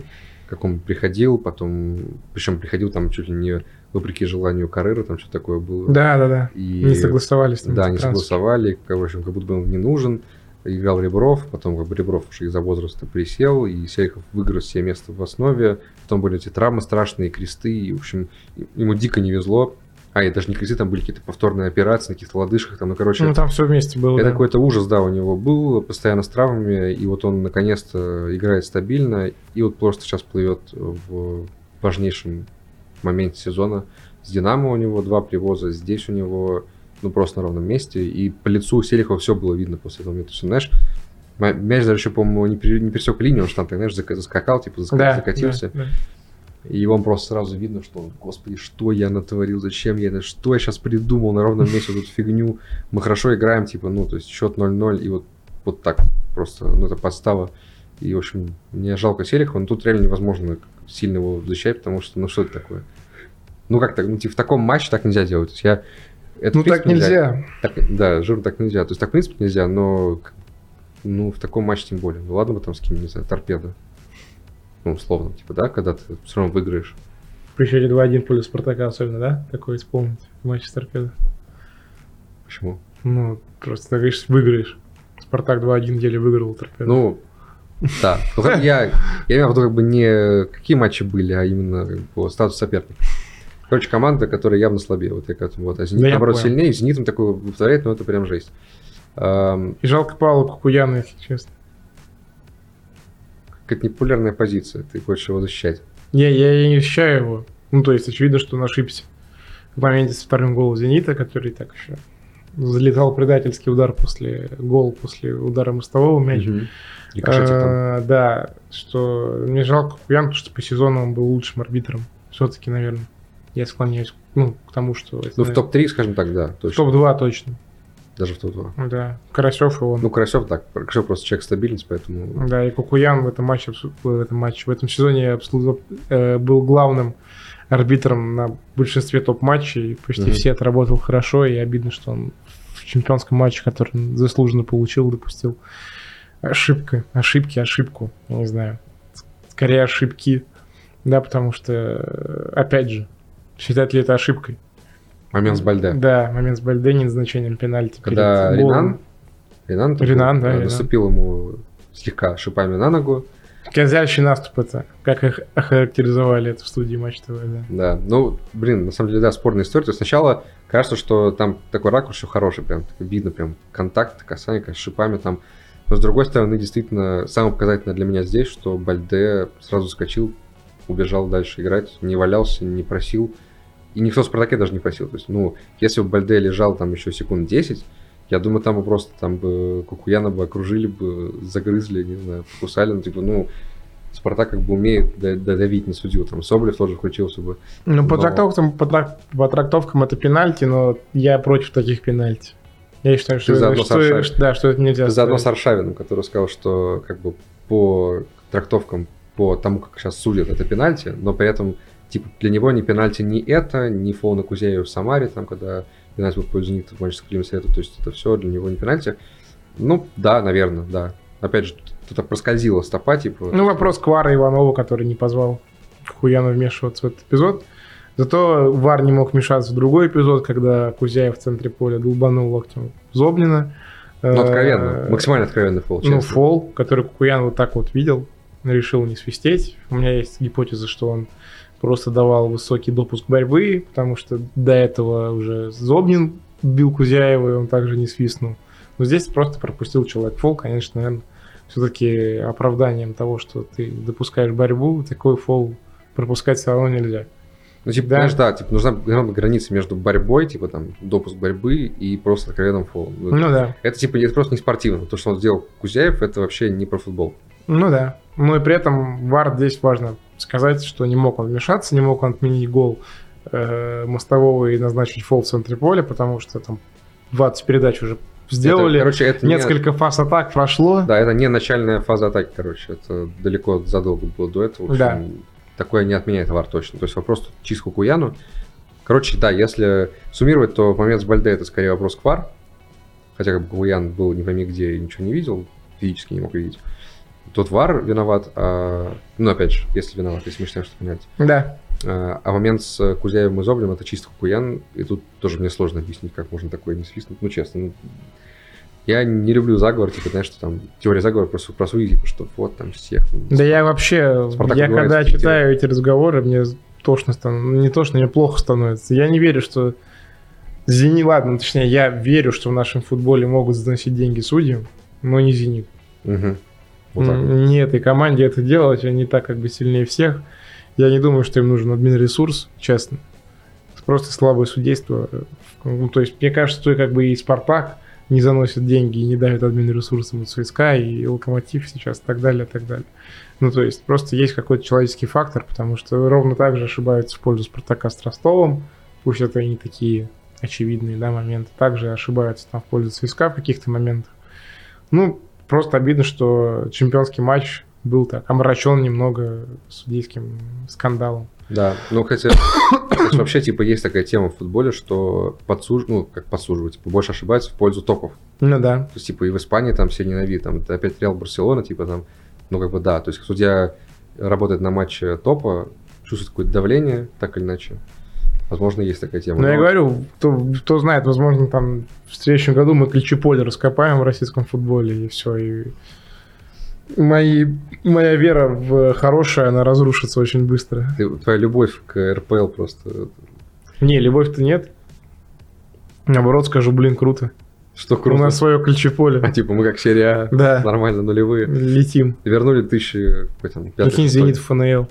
как он приходил, потом, причем приходил там чуть ли не вопреки желанию Каррера, там что-то такое было.
Да, да, да.
И,
не согласовались. Там
да, не согласовали, в общем, как будто бы он не нужен. Играл Ребров, потом как бы Ребров уже из-за возраста присел, и Селихов выиграл себе место в основе. Потом были эти травмы страшные, кресты, и, в общем, ему дико не везло. А, и даже не кресты, там были какие-то повторные операции на каких-то лодыжках, там, ну, короче...
Ну, там все вместе было,
Это
да.
какой-то ужас, да, у него был, постоянно с травмами, и вот он наконец-то играет стабильно, и вот просто сейчас плывет в важнейшем моменте сезона. С «Динамо» у него два привоза, здесь у него, ну, просто на ровном месте, и по лицу Селихова все было видно после этого момента. Знаешь, мяч даже еще, по-моему, не, пере, не пересек линию, он же там, так, знаешь, заскакал, типа, заскакал, да, закатился. Да, да. И вам просто сразу видно, что он, господи, что я натворил, зачем я это, что я сейчас придумал на ровном месте эту фигню. Мы хорошо играем, типа, ну, то есть счет ноль-ноль, и вот, вот так просто, ну, это подстава. И, в общем, мне жалко Селихова, но тут реально невозможно сильно его защищать, потому что, ну, что это такое? Ну, как так, ну, типа, в таком матче так нельзя делать. То есть я... Это,
ну, так нельзя.
Так, да, жирно так нельзя. То есть так, в принципе, нельзя, но, ну, в таком матче тем более. Ну, ладно бы там с кем-нибудь, не знаю, торпеда. Ну, условно, типа, да, когда ты все равно выиграешь.
При счете два-один поле Спартака особенно, да? Такое исполнить в матче с торпедо.
Почему?
Ну, просто ты говоришь, выиграешь. Спартак два-один еле выиграл торпедо.
Ну, да. Я, я имею в виду, как бы не какие матчи были, а именно по статусу соперника. Короче, команда, которая явно слабее. Вот я к этому. Вот. А Зенит, да, наоборот, сильнее. Зенитом такое повторяет, но это прям жесть.
И жалко Павла Кукуяна, если честно.
Какая-то непопулярная позиция. Ты хочешь его защищать.
Не, я, я не защищаю его. Ну, то есть, очевидно, что он ошибся. В моменте с вторым голом Зенита, который так еще залетал предательский удар после гола, после удара мостового мяча. Угу. А, да, что мне жалко Кукуяна, потому что по сезону он был лучшим арбитром. Все-таки, наверное. Я склоняюсь ну, к тому, что...
Ну, наверное, в топ-три, скажем так, да.
Точно. В топ-два точно.
Даже в топ-два.
Да. Карасев и он.
Ну, Карасев, так. Карасев просто человек стабильность, поэтому...
Да, и Кукуян в этом матче, в этом матче, в этом сезоне обслужил, э, был главным арбитром на большинстве топ-матчей. Почти mm-hmm. все отработал хорошо, и обидно, что он в чемпионском матче, который он заслуженно получил, допустил ошибка, ошибки, ошибку, я не знаю. Скорее ошибки, да, потому что, опять же, считать ли это ошибкой?
Момент с Бальде.
Да, момент с Бальде не назначением пенальти.
Когда Ринан, Ринан,
Ринан да,
наступил Ринан. ему слегка шипами на ногу.
Козявящий наступ это, как их охарактеризовали это в студии Матч ТВ, да.
Да, ну, блин, на самом деле, да, спорная история. То есть сначала кажется, что там такой ракурс, что хороший, прям видно, прям контакт, касание, конечно, шипами там. Но с другой стороны, действительно, самое показательное для меня здесь, что Бальде сразу скочил, убежал дальше играть, не валялся, не просил. И никто в «Спартаке» даже не просил. То есть, ну, если бы Бальде лежал там еще секунд десять, я думаю, там бы просто там бы Кукуяна бы окружили бы, загрызли, не знаю, покусали. Ну, типа, ну, «Спартак» как бы умеет додавить на судью. Там Соболев тоже включился бы.
Ну, но... по, трактовкам, по, трак... по трактовкам это пенальти, но я против таких пенальти. Я считаю, что, это, что, что, да, что это нельзя.
Ты заодно с Аршавиным, который сказал, что как бы по трактовкам, по тому, как сейчас судят, это пенальти, но при этом типа для него ни пенальти, ни это, ни фол на Кузяеве в Самаре, там, когда пенальти был в пользу Зенита в матче с Климом Советом, то есть это все для него не пенальти. Ну, да, наверное, да. Опять же, тут проскользила стопа, типа...
Ну, вопрос к Вару Иванову, который не позвал Кукуяна вмешиваться в этот эпизод. Зато Вар не мог вмешаться в другой эпизод, когда Кузяев в центре поля долбанул локтем Зобнина.
Ну, откровенно, максимально откровенный фол, честно.
Ну, фол, который Кукуян вот так вот видел, решил не свистеть. У меня есть гипотеза, что он просто давал высокий допуск борьбы, потому что до этого уже Зобнин бил Кузяева, и он также не свистнул. Но здесь просто пропустил человек фол, конечно, наверное, все-таки оправданием того, что ты допускаешь борьбу, такой фол пропускать все равно нельзя.
Ну, типа, да. Знаешь, да, типа, нужна граница между борьбой, типа, там, допуск борьбы и просто откровенным фолом.
Ну, ну да.
Это, типа, это просто не спортивно. То, что он сделал Кузяев, это вообще не про футбол.
Ну да. Ну и при этом ВАР здесь важно сказать, что не мог он вмешаться, не мог он отменить гол э, Мостового и назначить фол в центре поля, потому что там двадцать передач уже сделали, это, короче, это несколько не... фаз атак прошло.
Да, это не начальная фаза атаки, короче, это далеко задолго было до этого. В общем, да. Такое не отменяет ВАР точно. То есть вопрос тут чисто Кукуяну. Короче, да, если суммировать, то момент с Бальде это скорее вопрос к ВАР. Хотя как бы Кукуян был не пойми где и ничего не видел, физически не мог видеть. тут ВАР виноват, а, ну, опять же, если виноват, если мы считаем, что пенальти.
Да.
А, а момент с Кузяевым и Зоблем — это чисто Кукуян, и тут тоже мне сложно объяснить, как можно такое не свистнуть. Ну, честно, ну, я не люблю заговор, типа, знаешь, что там теория заговора просто про судей, типа, что вот там всех.
Да я вообще,
Спартак
я когда
Питере.
читаю эти разговоры, мне тошно становится, не тошно, мне плохо становится. Я не верю, что Зенит, ладно, точнее, я верю, что в нашем футболе могут заносить деньги судьям, но не Зенит.
Угу. Вот так вот.
Не этой команде это делать, они так как бы сильнее всех. Я не думаю, что им нужен админресурс, честно. Это просто слабое судейство. Ну, то есть, мне кажется, что как бы и Спартак не заносит деньги и не давит админресурсом от ЦСКА, и Локомотив сейчас, и так далее, и так далее. Ну, то есть, просто есть какой-то человеческий фактор, потому что ровно так же ошибаются в пользу Спартака с Ростовом, пусть это и не такие очевидные, да, моменты, также ошибаются там в пользу ЦСКА в каких-то моментах. Ну, просто обидно, что чемпионский матч был так омрачен немного судейским скандалом.
Да, ну хотя вообще типа есть такая тема в футболе, что подсуж... ну как подсуживать, типа больше ошибаются в пользу топов.
Ну да.
То есть типа и в Испании там все ненавидят, там это опять Реал Барселона, типа там, ну как бы да, то есть судья работает на матче топа, чувствует какое-то давление, так или иначе. Возможно, есть такая тема.
Ну,
но...
я говорю, кто, кто знает, возможно, там в следующем году мы ключеполе раскопаем в российском футболе, и все. И мои, моя вера в хорошее, она разрушится очень быстро.
Ты, твоя любовь к эр пэ эл просто...
Не, любовь-то нет. Наоборот, скажу, блин, круто.
Что круто.
У нас свое ключеполе.
А типа мы как серия А,
да.
нормально, нулевые.
Летим.
Вернули тысячи...
Прикинь, Зенит в эф эн эл.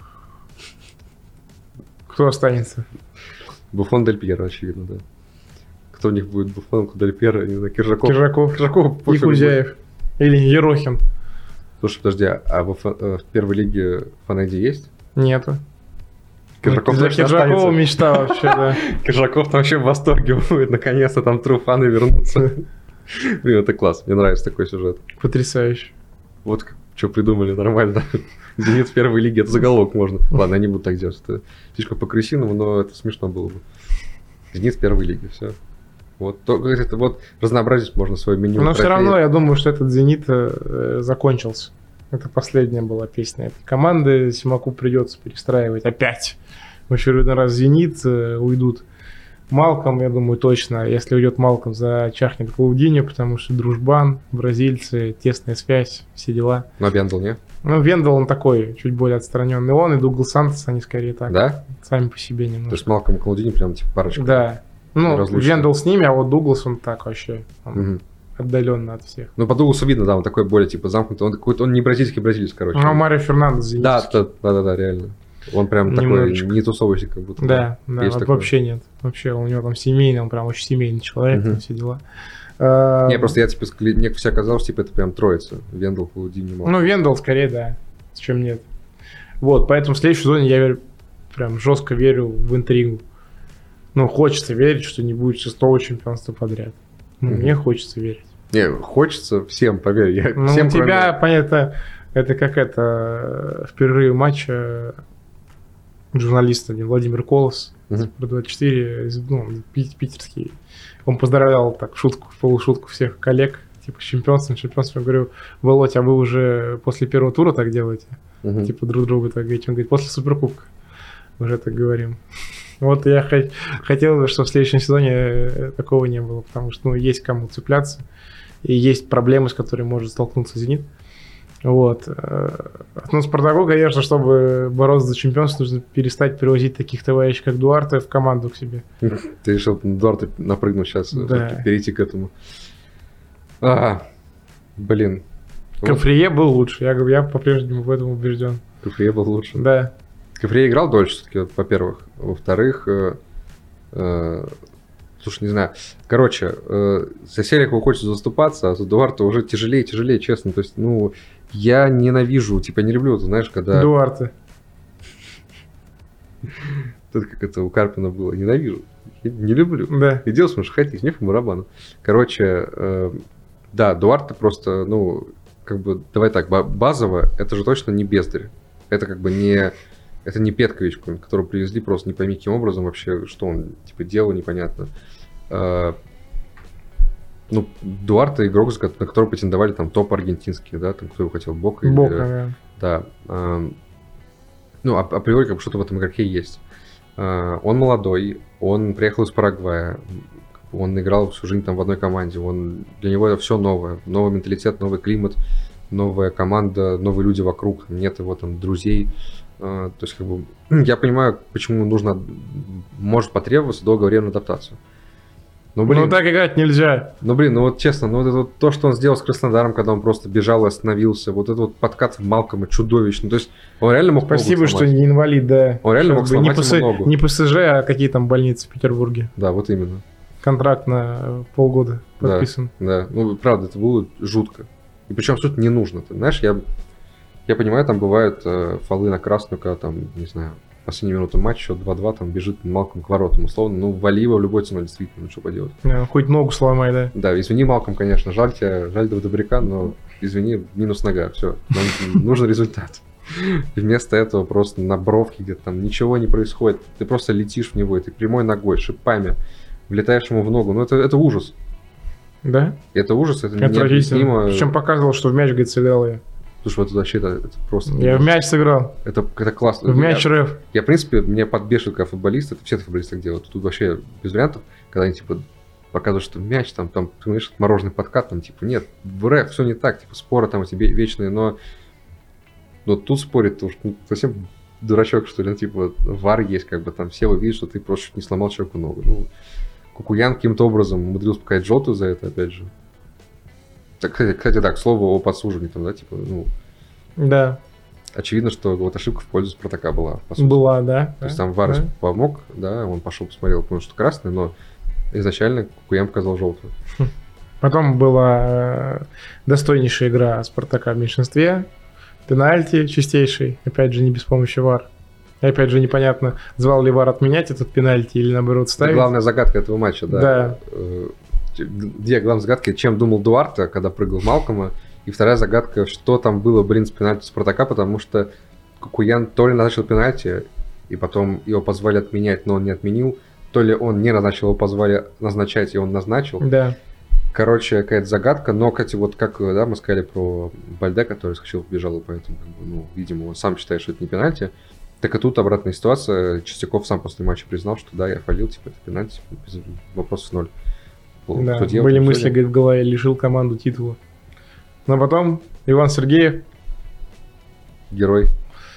Кто останется?
Буфон, Дель Пьеро, очевидно, да. Кто у них будет Буфон, Дель Пьеро, не знаю, Киржаков.
Киржаков.
Киржаков
И Кузяев. Или Ерохин.
Слушай, подожди, а в, в первой лиге Фанайди есть?
Нету.
Киржаков
За Киржакова мечта вообще, да.
Киржаков там вообще в восторге будет, наконец-то там труфаны вернутся. Блин, это класс, мне нравится такой сюжет.
Потрясающе.
Вот что придумали, нормально. Зенит в первой лиге, это заголовок можно. Ладно, они будут так делать, это слишком по-крысиному, но это смешно было бы. Зенит в первой лиге, все. Вот, то, это, вот разнообразить можно свое меню.
Но все равно я думаю, что этот «Зенит» э, закончился. Это последняя была песня этой команды. Симаку придется перестраивать опять. В очередной раз «Зенит» э, уйдут. Малком, я думаю, точно. Если уйдет Малком, зачахнет Клаудиньо, потому что дружбан, бразильцы, тесная связь, все дела.
Но Вендел не?
Ну, Вендел, он такой, чуть более отстраненный. Он и Дуглас Сантос, они скорее так.
Да?
Сами по себе немножко.
То есть Малком и Клаудиньо прям типа парочка?
Да. Ну,
разлучные.
Вендел с ними, а вот Дуглас, он так вообще. Он
Угу.
отдаленно от всех.
Ну, по Дугласу видно, да, он такой более типа замкнутый. Он какой-то, он не бразильский бразилец, короче.
Ну, Марио Фернандес зенитский.
Да, да, да, да, да, реально. Он прям
Немножечко.
такой не тусовочник, как будто.
Да, да,
Есть
вот
такое.
вообще нет. Вообще у него там семейный, он прям очень семейный человек,
Мгм.
там все дела. А,
Не, просто я типа, скли- мне все казалось, типа, это прям троица. Вендел, Клаудиньо, Малком.
Ну, Вендел скорее, да, чем нет. Вот, поэтому в следующем сезоне я верю, прям жестко верю в интригу. Ну, хочется верить, что не будет шестого чемпионства подряд. Ну,
Мгм.
мне хочется верить.
Не, хочется всем, поверь. Я,
Ну,
всем,
у тебя,
кроме-
понятно, это как это, в перерыве матча журналист один, Владимир Колос,
Мгм.
про двадцать четыре, из- ну, пи- питерский, он поздравлял так, в шутку, в полушутку всех коллег, типа, с чемпионством, с чемпионством. Я говорю, Володь, а вы уже после первого тура так делаете?
Мгм.
Типа, друг другу так говорите. Он говорит, после Суперкубка уже так говорим. Вот я хот- хотел бы, чтобы в следующем сезоне э, такого не было, потому что, ну, есть кому цепляться, и есть проблемы, с которыми может столкнуться «Зенит». Вот. э, Ну, Спартаку, конечно, чтобы бороться за чемпионство, нужно перестать привозить таких товарищей, как Дуарте, в команду к себе.
Ты решил на Дуарте напрыгнуть сейчас,
Да.
перейти к этому. А, блин. Вот
Кафрие был лучше, я говорю, я по-прежнему в этом убежден.
Кафрие был лучше.
Да.
Кафрие играл дольше, все-таки, вот, во-первых. Во-вторых, э, э, слушай, не знаю. Короче, э, за Селихова хочется заступаться, а за Дуарта уже тяжелее, тяжелее, честно. То есть, ну, я ненавижу, типа, не люблю, ты знаешь, когда...
Дуарте.
Тут как это у Карпина было, ненавижу. Я не люблю.
Да.
И делал, что хотите, не по барабану. Короче, э, да, Дуарте просто, ну, как бы, давай так, ба- базово, это же точно не Бездарь. Это как бы не... Это не Петкович, которого привезли просто не пойми каким образом вообще, что он, типа, делал, непонятно. Э, Ну, Дуарте игрок, на которого претендовали там топ аргентинские, да, там кто его хотел, Бока. Или,
Бока, да.
Да. Э, ну, а, априори как бы что-то в этом игроке есть. Э, он молодой, он приехал из Парагвая, он играл всю жизнь там в одной команде, он, для него это все новое. Новый менталитет, новый климат, новая команда, новые люди вокруг, нет его там друзей. Uh, то есть, как бы, я понимаю, почему нужно, может потребоваться долгое время на адаптацию. Но, блин,
ну так играть нельзя.
Ну, блин, ну вот честно, ну вот это вот то, что он сделал с Краснодаром, когда он просто бежал и остановился, вот этот вот подкат в Малкома чудовищный. То есть, он реально мог
Спасибо, что не инвалид, да.
Он реально
Сейчас
мог сломать
не
ему
ПС...
ногу.
Не ПСЖ, а какие там больницы в Петербурге.
Да, вот именно.
Контракт на полгода подписан.
Да, да. Ну, правда, это было жутко. И причем суть не нужно. Ты знаешь, я... Я понимаю, там бывают э, фолы на красную, когда там, не знаю, последнюю минуту матча, счет два-два, там бежит Малком к воротам, условно. Ну, вали его в любой ценой, действительно, ну что поделать.
Yeah, хоть ногу сломай, да.
Да, извини, Малком, конечно, жаль тебя, жаль до добряка, но извини, минус нога, все, нам нужен результат. И вместо этого просто на бровке где-то там ничего не происходит, ты просто летишь в него, и ты прямой ногой, шипами, влетаешь ему в ногу, ну это, это ужас.
Да?
Это ужас, это
Отвратительно.
необъяснимо.
Причем показывал, что в мяч, говорит, сыграл я.
Слушай, вот это вообще это, это просто...
Я в мяч сыграл.
Это, это классно.
В мяч
я,
рэф.
Я, в принципе, меня подбешивает, как футболист, это все футболисты так делают. Тут вообще без вариантов, когда они, типа, показывают, что мяч, там, там, ты понимаешь, мороженый подкат, там, типа, нет, в рэф все не так, типа, споры там эти вечные, но... Но тут спорить, ты уж ну, совсем дурачок, что ли, ну, типа, вар есть, как бы, там, все увидят, что ты просто чуть не сломал человеку ногу. Ну, Кукуян каким-то образом умудрился показать желтую за это, опять же. Так, кстати, кстати, да, к слову о подсужении, там, да, типа, ну...
Да.
Очевидно, что вот ошибка в пользу Спартака была. По сути.
Была, да.
То
да,
есть там Варес
да.
помог, да, он пошел посмотрел, понял, что красный, но изначально Кукуян показал желтую.
Потом была достойнейшая игра Спартака в меньшинстве, пенальти чистейший, опять же, не без помощи ВАР. И опять же, непонятно, звал ли ВАР отменять этот пенальти или, наоборот, ставить.
Это главная загадка этого матча, да.
Да.
Где главная загадка, чем думал Дуарте, когда прыгал Малкома, и вторая загадка, что там было, блин, с пенальти Спартака, потому что Кукуян то ли назначил пенальти, и потом его позвали отменять, но он не отменил, то ли он не назначил, его позвали назначать, и он назначил.
Да.
Короче, какая-то загадка, но, кстати, вот как да, мы сказали про Бальде, который скачал, побежал, и поэтому, как бы, ну, видимо, он сам считает, что это не пенальти. Так и тут обратная ситуация. Чистяков сам после матча признал, что да, я фалил, типа, это пенальти, без вопросов ноль.
Да, делал, были мысли, сегодня? Говорит, в голове, лишил команду титула. Но потом Иван Сергеев.
Герой.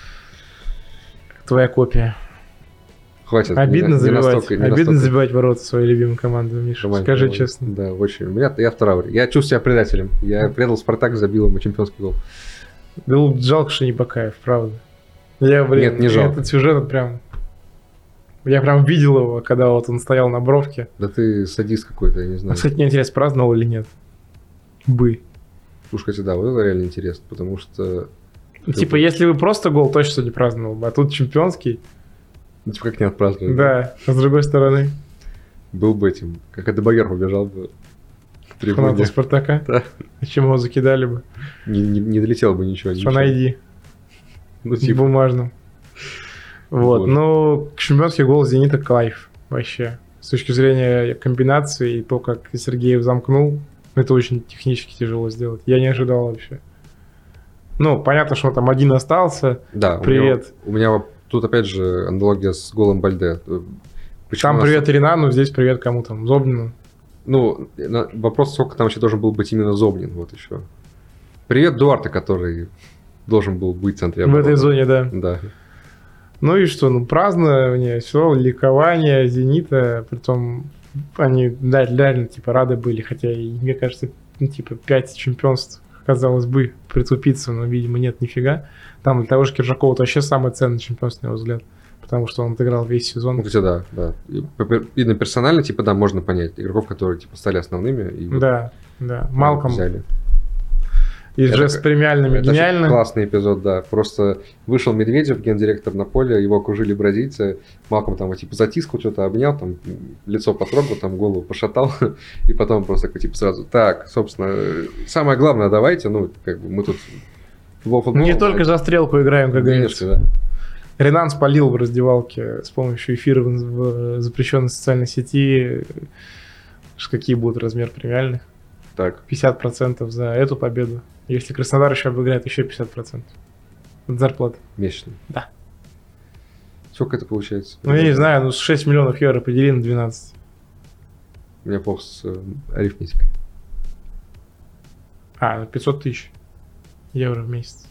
Твоя копия.
Хватит.
Обидно
не,
забивать.
не настолько, не
Обидно
настолько...
забивать ворота своей любимой команды, Миша. Роман, скажи Роман. Честно.
Да, очень. У меня, я в трауре. Я чувствую себя предателем. Я предал Спартак, забил ему чемпионский гол.
Да жалко, что не Бакаев, правда. Я, блин,
Нет, не жалко.
Этот сюжет прям... Я прям видел его, когда вот он стоял на бровке.
Да ты садист какой-то, я не знаю.
А, кстати, мне интересно, праздновал или нет? Бы.
Уж, кстати, да, вот это реально интересно, потому что...
Типа, если бы просто гол, точно не праздновал бы, а тут чемпионский.
Ну, типа, как не отпраздновать?
Да, а с другой стороны...
Был бы этим, как Адебагер побежал бы к трибуне.
Фанаты Спартака?
Да.
А чем его закидали бы?
Не, не, не долетел бы ничего.
Фан ай ди.
Ну, типа...
Бумажным. Вот, Боже. Ну, чемпионский гол «Зенита» кайф вообще. С точки зрения комбинации и то, как Сергеев замкнул, это очень технически тяжело сделать. Я не ожидал вообще. Ну, понятно, что он там один остался.
Да,
привет.
У меня, у меня тут опять же аналогия с голом Бальде.
Почему там привет нас... Ренану, здесь привет кому там, Зобнину.
Ну, вопрос, сколько там вообще должен был быть именно Зобнин, вот еще. Привет Дуарте, который должен был быть в центре обороны.
В этой зоне, да.
Да.
Ну и что, ну празднование, все, ликование «Зенита», притом они да, реально типа рады были, хотя и, мне кажется, ну, типа пять чемпионств, казалось бы, притупиться, но, видимо, нет, нифига. Там для того же Киржакова вообще самое ценное чемпионство, на его взгляд, потому что он отыграл весь сезон.
Ну, кстати, да, да. Видно персонально, типа, да, можно понять игроков, которые, типа, стали основными. И
да, вот да. Малком.
Взяли.
И это, жест с премиальными,
это
гениально.
Классный эпизод, да. Просто вышел Медведев, гендиректор на поле, его окружили бразильцы. Малком там, типа, затискал, что-то обнял, там, лицо потрогал, там, голову пошатал. И потом просто, типа, сразу, так, собственно, самое главное, давайте, ну, как бы, мы тут...
Футбол, не только за стрелку играем, как говорится. Да. Ренан спалил в раздевалке с помощью эфира в запрещенной социальной сети. Какие будут размер премиальных.
Так.
пятьдесят процентов за эту победу. Если Краснодар еще обыграет, еще пятьдесят процентов. От зарплаты.
Месячно?
Да.
Сколько это получается?
Ну, я не знаю, ну, шесть миллионов евро подели на двенадцать.
У меня плохо с э, арифметикой.
А, пятьсот тысяч евро в месяц.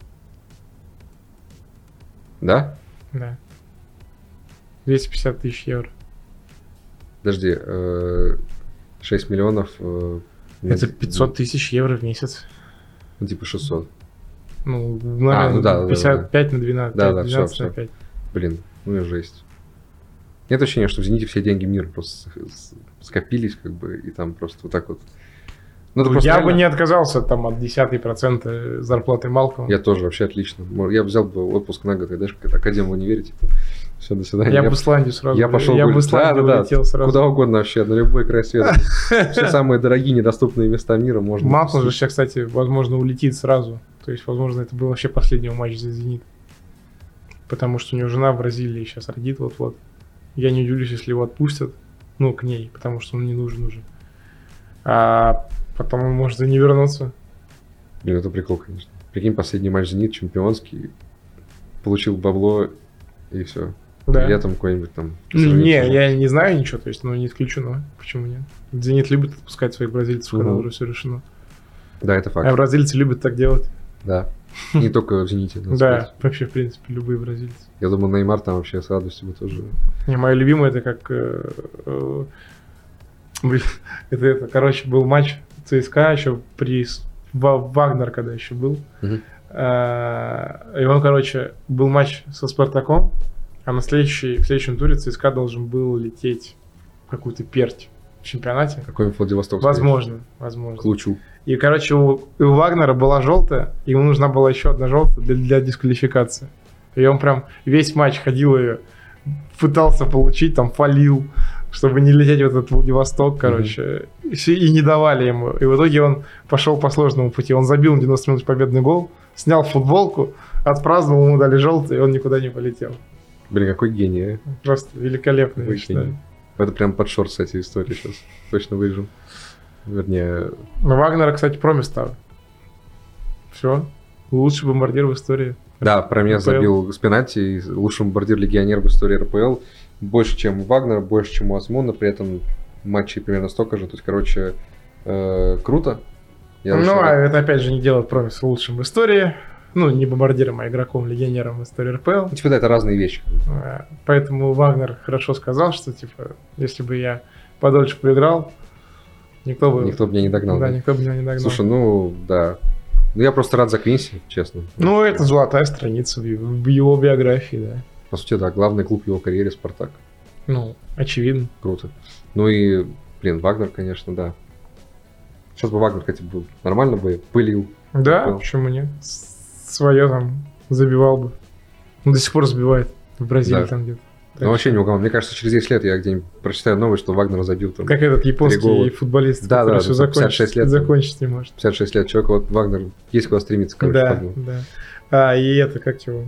Да?
Да. двести пятьдесят тысяч евро.
Подожди, э, шесть миллионов... Э,
это пятьсот тысяч евро в месяц.
Ну, типа шестьсот.
Ну, наверное,
а, ну да,
пятьдесят пять на двенадцать.
Да, да,
двенадцать
все,
на
все.
пять.
Блин, ну и жесть. Нет ощущения, что в «Зените» все деньги мира просто скопились, как бы, и там просто вот так вот.
Ну, ну, я реально... бы не отказался там от десятой процента зарплаты Малкома.
Я тоже, вообще отлично. Я взял бы отпуск на год, знаешь, как академ в универе, типа, все, до свидания.
Я, я бы в Исландию сразу.
Я пошел
я бы в Исландию
да,
улетел
да,
сразу.
Куда угодно вообще, на любой край света. Все самые дорогие, недоступные места мира можно.
Малком же сейчас, кстати, возможно, улетит сразу. То есть, возможно, это был вообще последний матч за «Зенит». Потому что у него жена в Бразилии сейчас родит вот-вот. Я не удивлюсь, если его отпустят. Ну, к ней, потому что он не нужен уже. А потом он может и не вернуться.
Блин, это прикол, конечно. Прикинь, последний матч «Зенит», чемпионский. Получил бабло, и все.
Да.
И летом какой-нибудь там...
Не, я не знаю ничего, то есть, ну, не исключено. Почему нет? «Зенит» любит отпускать своих бразильцев, когда
угу.
уже все решено.
Да, это факт.
А бразильцы любят так делать.
Да. Не только в «Зените».
Да, вообще, в принципе, любые бразильцы.
Я думаю, Неймар там вообще с радостью бы тоже...
Не, моя любимая, это как... Э, э, блин, это, это, короче, был матч ЦСКА еще при... Вагнер, когда еще был.
Uh-huh.
Э, и он, короче, был матч со Спартаком, а на следующий, в следующем туре ЦСКА должен был лететь в какую-то Перть в чемпионате.
Какой-нибудь Владивосток.
Возможно, скорее. возможно.
К лучу.
И, короче, у, у Вагнера была желтая, и ему нужна была еще одна желтая для, для дисквалификации. И он прям весь матч ходил и пытался получить, там, фалил, чтобы не лететь в этот Владивосток, короче. Mm-hmm. И не давали ему. И в итоге он пошел по сложному пути. Он забил на девяносто минут победный гол, снял футболку, отпраздновал, ему дали желтый, и он никуда не полетел.
Блин, какой гений, а?
Просто великолепный, я считаю.
Это прям под шорт, кстати, история сейчас. Точно выжил. Вернее...
Ну, Вагнера, кстати, промис стал. Все. Лучший бомбардир в истории.
Да, про меня забил с пенальти. Лучший бомбардир-легионер в истории эр пэ эл. Больше, чем у Вагнера, больше, чем у Осмона. При этом матчей примерно столько же. То есть, короче, э, круто.
Я ну, а это опять же не делает промис лучшим в истории. Ну, не бомбардиром, а игроком-легионером в истории эр пэ эл.
Ну, типа, да, это разные вещи.
Поэтому Вагнер хорошо сказал, что, типа, если бы я подольше поиграл, никто бы...
Никто бы меня не догнал.
Да, да, никто бы меня не догнал.
Слушай, ну, да. Ну, я просто рад за Квинси, честно.
Ну, это золотая страница в его биографии, да.
По сути, да, главный клуб в его карьере — «Спартак».
Ну, очевидно.
Круто. Ну и, блин, Вагнер, конечно, да. Сейчас бы Вагнер, кстати, был нормально бы пылил.
Да,
Пыл.
Почему нет? Свое там забивал бы. Он до сих пор забивает в Бразилии да. там где-то.
Так ну, вообще не угадал. Мне кажется, через десять лет я где-нибудь прочитаю новость, что Вагнер забил там.
Как этот японский футболист,
да,
который
да,
все
да, пятьдесят шесть лет,
закончить не может.
пятьдесят шесть лет. Человек, вот Вагнер, есть куда стремиться, короче.
Да, да. А, и это, как его...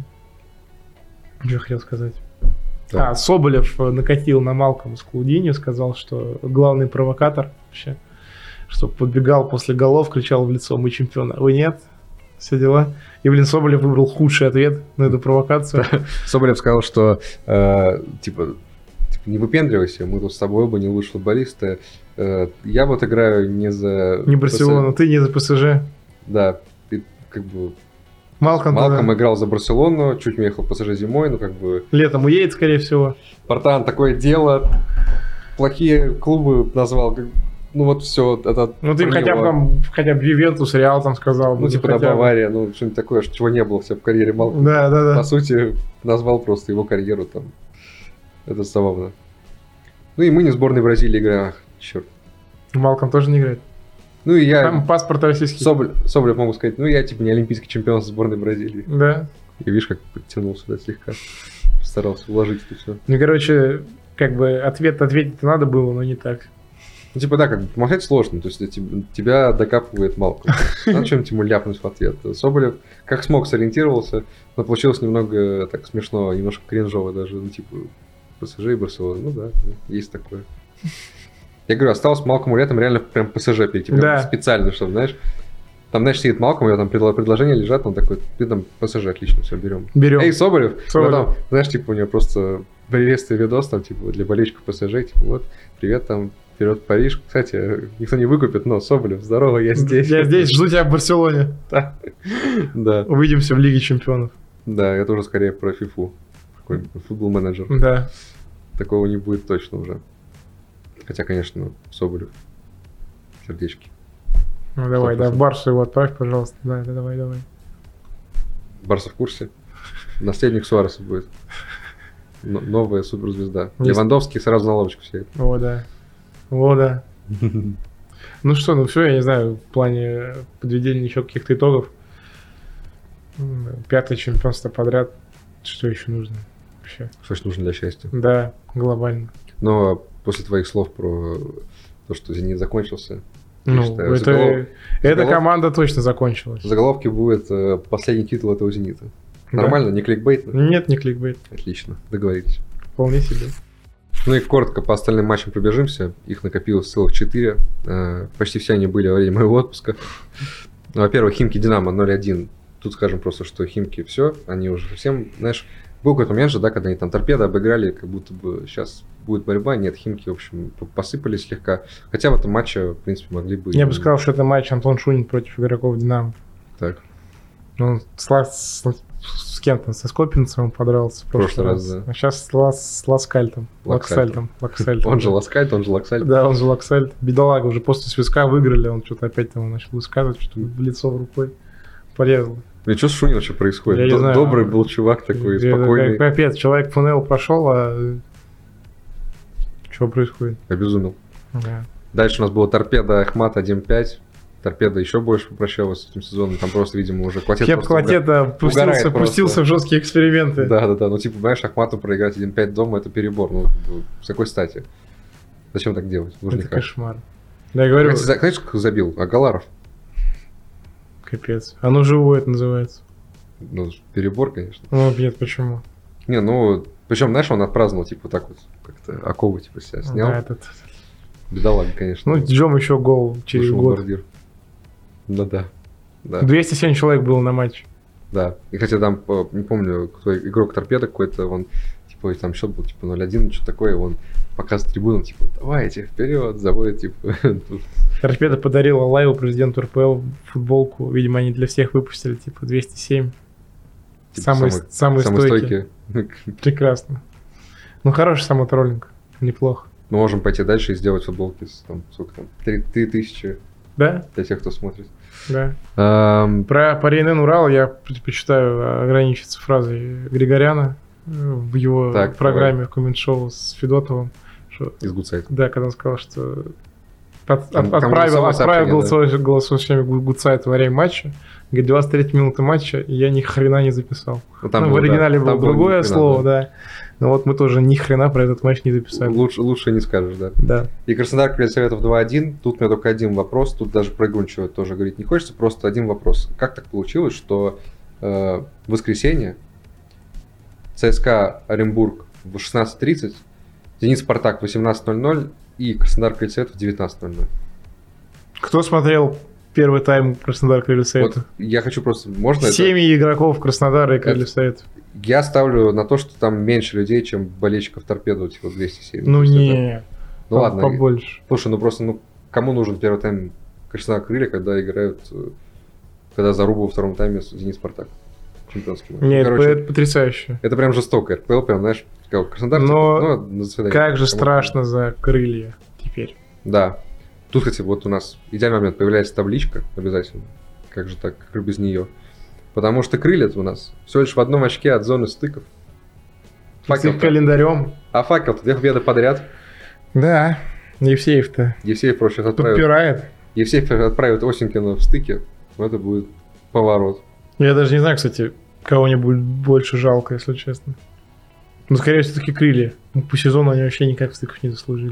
Что я хотел сказать? Да. А, Соболев накатил на Малкома с Клаудиньо, сказал, что главный провокатор вообще, что подбегал после голов, кричал в лицо: «Мы чемпионы». Вы нет? Все дела. И, блин, Соболев выбрал худший ответ на эту провокацию.
Соболев сказал, что э, типа, типа не выпендривайся, мы тут с тобой оба не лучшие футболисты. Э, я вот играю не за...
Не Барселону, ты не за ПСЖ.
Да, ты как бы...
Малком,
Малком да. играл за Барселону, чуть не ехал в ПСЖ зимой, ну как бы...
Летом уедет, скорее всего.
Братан, такое дело. Плохие клубы назвал, как... Ну вот все, это...
Ну ты хотя бы там, хотя бы Ювентус, Реал там сказал.
Ну типа да, Бавария, ну что-нибудь такое, чего не было в карьере Малкома.
Да, да, да.
По сути, назвал просто его карьеру там. Это забавно. Ну и мы не в сборной Бразилии играем, ах, черт.
Малком тоже не играет?
Ну и я...
Там паспорт российский.
Соболь, Соболев могу сказать, ну я типа не олимпийский чемпион сборной Бразилии.
Да.
И видишь, как подтянул сюда слегка. Старался уложить это все.
Ну короче, как бы ответ ответить надо было, но не так.
Ну, типа, да, как бы помогать сложно, то есть тебя докапывает Малком. Надо что-нибудь ему ляпнуть в ответ. Соболев как смог сориентировался, но получилось немного так смешно, немножко кринжово даже, ну, типа, ПСЖ и Барселона. Ну да, есть такое. Я говорю, осталось Малкому летом реально прям ПСЖ перейти. Прям
Да.
специально, чтобы, знаешь... Там, знаешь, сидит Малком, у него там предло- предложения лежат, он такой, ты там ПСЖ, отлично, все, берем.
Берем.
Эй, Соболев!
Соболев.
Ну, там, знаешь, типа у него просто приветствие видос, там, типа, для болельщиков ПСЖ, типа, вот, привет, там, вперед Париж. Кстати, никто не выкупит, но, Соболев, здорово, я здесь.
Я здесь, жду тебя в Барселоне.
Да. Да,
Увидимся в Лиге Чемпионов.
да, я тоже скорее про фифу. Какой футбол-менеджер.
Да.
Такого не будет точно уже. Хотя, конечно, Соболев. Сердечки.
Ну давай, да,
Сто процентов.
в Барсу его отправь, пожалуйста. Да, да, давай, давай.
Барса в курсе. Наследник Суареса будет. Но- новая суперзвезда.
Есть.
Левандовский сразу на лавочку сядет.
О, да. О, да. Ну что, ну все, я не знаю, в плане подведения еще каких-то итогов. М, Пятое чемпионство подряд. Что еще нужно? Вообще.
Что ж нужно для счастья.
Да, глобально.
Но после твоих слов про то, что «Зенит» закончился,
Ну,
считаю,
это,
заголов-
эта
заголов-
команда точно закончилась.
в заголовке будет э, последний титул этого «Зенита».
Да.
Нормально? Не кликбейтно?
Нет, не кликбейт.
Отлично, договорились.
Вполне себе.
Ну и коротко по остальным матчам пробежимся. Их накопилось целых четыре. Э, Почти все они были во время моего отпуска. Ну, во-первых, Химки Динамо ноль один. Тут скажем просто, что Химки все, они уже совсем, знаешь, был какой-то момент же, да, когда они там торпедо обыграли, как будто бы сейчас будет борьба. Нет, Химки, в общем, п- посыпались слегка. Хотя в этом матче, в принципе, могли бы...
Я бы сказал, что это матч Антон Шунин против игроков Динамо.
Так,
Он с, Лас- с, с кем там, со Скопинцем подрался в прошлый,
прошлый раз,
раз.
да.
А сейчас с, Лас, с Ласкальтом.
Лаксальтом.
Лаксальтом. Лаксальтом.
он же Ласкальт, он же Лаксальт.
Да, он же Лаксальт. Бедолага, уже после свистка выиграли, он что-то опять там начал высказывать, что в лицо рукой порезал.
Ну и что с Шунин вообще происходит?
Я не
Д-
знаю.
Добрый был чувак такой,
Это
спокойный,
как- Капец, человек ФНЛ прошел, а что происходит?
обезумел.
Да.
Дальше у нас было Торпеда Ахмат один пять. Торпеда еще больше попрощалась с этим сезоном. Там просто, видимо, уже Клотет
Хеп
просто уга-
Клотета
угорает
пустился,
просто.
пустился в жесткие эксперименты.
Да, да, да. Ну, типа, понимаешь, Ахмату проиграть один пять дома это перебор. Ну, как бы, с какой стати? Зачем так делать?
Это
Нужно
кошмар. Да, я говорю,
Знаешь, как забил? Агаларов.
капец. Оно живое это называется.
Ну, перебор, конечно.
Ну, нет, почему?
Не, ну, причем, знаешь, он отпраздновал, типа, так вот, как-то оковы, типа, себя снял.
Да, этот...
Бедолага, конечно.
Ну, Джом еще гол через
Вышел
год.
бомбардир. Ну, да. Да.
двести семь человек было на матче.
Да. И хотя там, по- не помню, кто игрок торпеда какой-то, он, типа, там счет был, типа, ноль один, что-то такое, он показывает трибунам, типа, давайте, вперед, заводит, типа. тут.
Торпеда подарила Лайву, президенту РПЛ, футболку. Видимо, они для всех выпустили, типа, двести семь.
Типа,
самые,
самый-
самые,
Самый
стойкие.
стойкий.
Прекрасно. Ну, хороший самотроллинг. Неплохо.
Мы можем пойти дальше и сделать футболки с, там, сколько там, три тысячи
Да?
для тех, кто смотрит.
Да.
Ам,
Про Паринен Урал я предпочитаю ограничиться фразой Григоряна э, в его
Так,
программе в коммент-шоу с Федотовым. Что,
из Гудсайта.
да, когда он сказал, что от-
Там-
от-
там
отправил,
голосовое
отправил
сообщение,
голосовое, голосовое сообщение Гу- Гудсайта во время матча. Говорит, двадцать третья минута матча, и я ни хрена не записал.
Ну, там
Ну, в
было, да,
оригинале
там
было
было
другое
ни хрена,
слово, да. Но вот мы тоже ни хрена про этот матч не записали.
Лучше, лучше не скажешь, да.
Да.
И Краснодар Крылья Советов два один. Тут у меня только один вопрос. Тут даже про игру ничего тоже говорить не хочется. Просто один вопрос. Как так получилось, что э, в воскресенье ЦСКА Оренбург в шестнадцать тридцать, Зенит Спартак в восемнадцать ноль ноль и Краснодар Крылья Советов в девятнадцать ноль ноль?
Кто смотрел первый тайм Краснодар Крылья
Вот
Советов?
я хочу просто... Можно это?
Семьи игроков Краснодара и Крылья
Это-
Советов.
Я ставлю на то, что там меньше людей, чем болельщиков торпеды, вот, типа двести семь.
Ну
То есть это-
не,
Ну
по-
ладно.
побольше.
Слушай, ну просто, ну, кому нужен первый тайм Краснодар Крылья, когда играют, э, когда заруба во втором тайме с Зенит Спартак? Чемпионский матч. Ну,
Нет,
короче,
это потрясающе.
это прям жестоко. РПЛ прям, знаешь, как Краснодар,
Но
типа, ну, до свидания.
Как же
Кому-то.
страшно за Крылья теперь.
Да. Тут, кстати, вот у нас идеальный момент, появляется табличка обязательно. Как же так, как без нее? Потому что крылья-то у нас всего лишь в одном очке от зоны стыков.
С
Факел.
их календарем.
А факел-то две победы подряд.
Да, Евсеев-то
Евсеев проще отправит.
подпирает.
Евсеев отправит Осенькина в стыке. Ну, это будет поворот.
Я даже не знаю, кстати, кого-нибудь больше жалко, если честно. Но скорее все-таки Крылья. Ну, по сезону они вообще никак стыков не заслужили.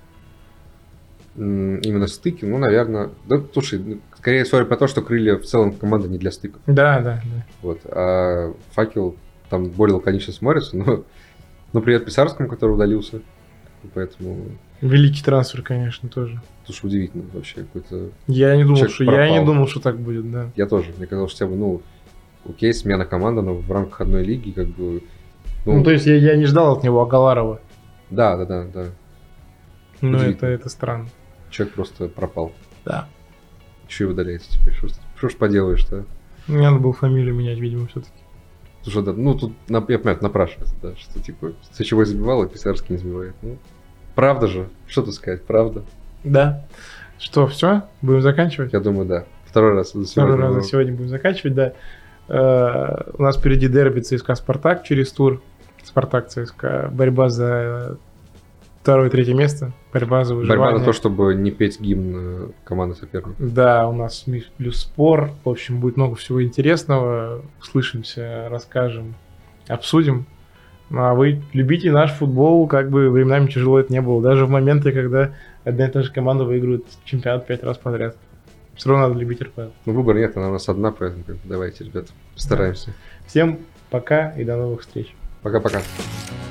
М, Именно стыки, ну, наверное... Да, слушай, ну, скорее всего, про то, что крылья в целом команда не для стыков.
Да, да, да.
Вот. А факел там более лаконично смотрится, но... Ну, привет Писарскому, который удалился. поэтому...
Великий трансфер, конечно, тоже.
Это уж удивительно вообще. Какой-то
Я не думал,
человек
что
пропал.
я не думал, что так будет, да.
Я тоже. Мне казалось, что хотя бы, ну, окей, смена команды, но в рамках одной лиги, как бы...
Ну, ну то есть я, я не ждал от него Агаларова.
Да, да, да, да.
Но это, это странно.
Человек просто пропал.
Да.
Еще и удаляется теперь. Что, что ж поделаешь-то?
Мне надо было фамилию менять, видимо, все-таки.
Слушай, да, ну тут, я понимаю, напрашивается, да, что типа Сычевой забивал, а Писарский не забивает. Ну, правда же, что тут сказать, правда.
Да. Что, все? Будем заканчивать?
Я думаю, да. Второй раз за
сегодня. Второй раз за сегодня будем заканчивать, да. Э, у нас впереди дерби ЦСКА-Спартак через тур. Спартак-ЦСКА. Борьба за второе и третье место. Борьба за выживание.
Борьба за то, чтобы не петь гимн команды соперника.
Да, у нас миф плюс спор. В общем, будет много всего интересного. Услышимся, расскажем, обсудим. Ну, а вы любите наш футбол, как бы временами тяжело это не было. Даже в моменты, когда одна и та же команда выигрывает чемпионат пять раз подряд. Все равно надо любить эр пэ эл.
Ну, выбора нет, она у нас одна, поэтому давайте, ребят, постараемся.
Всем пока и до новых встреч.
Пока-пока.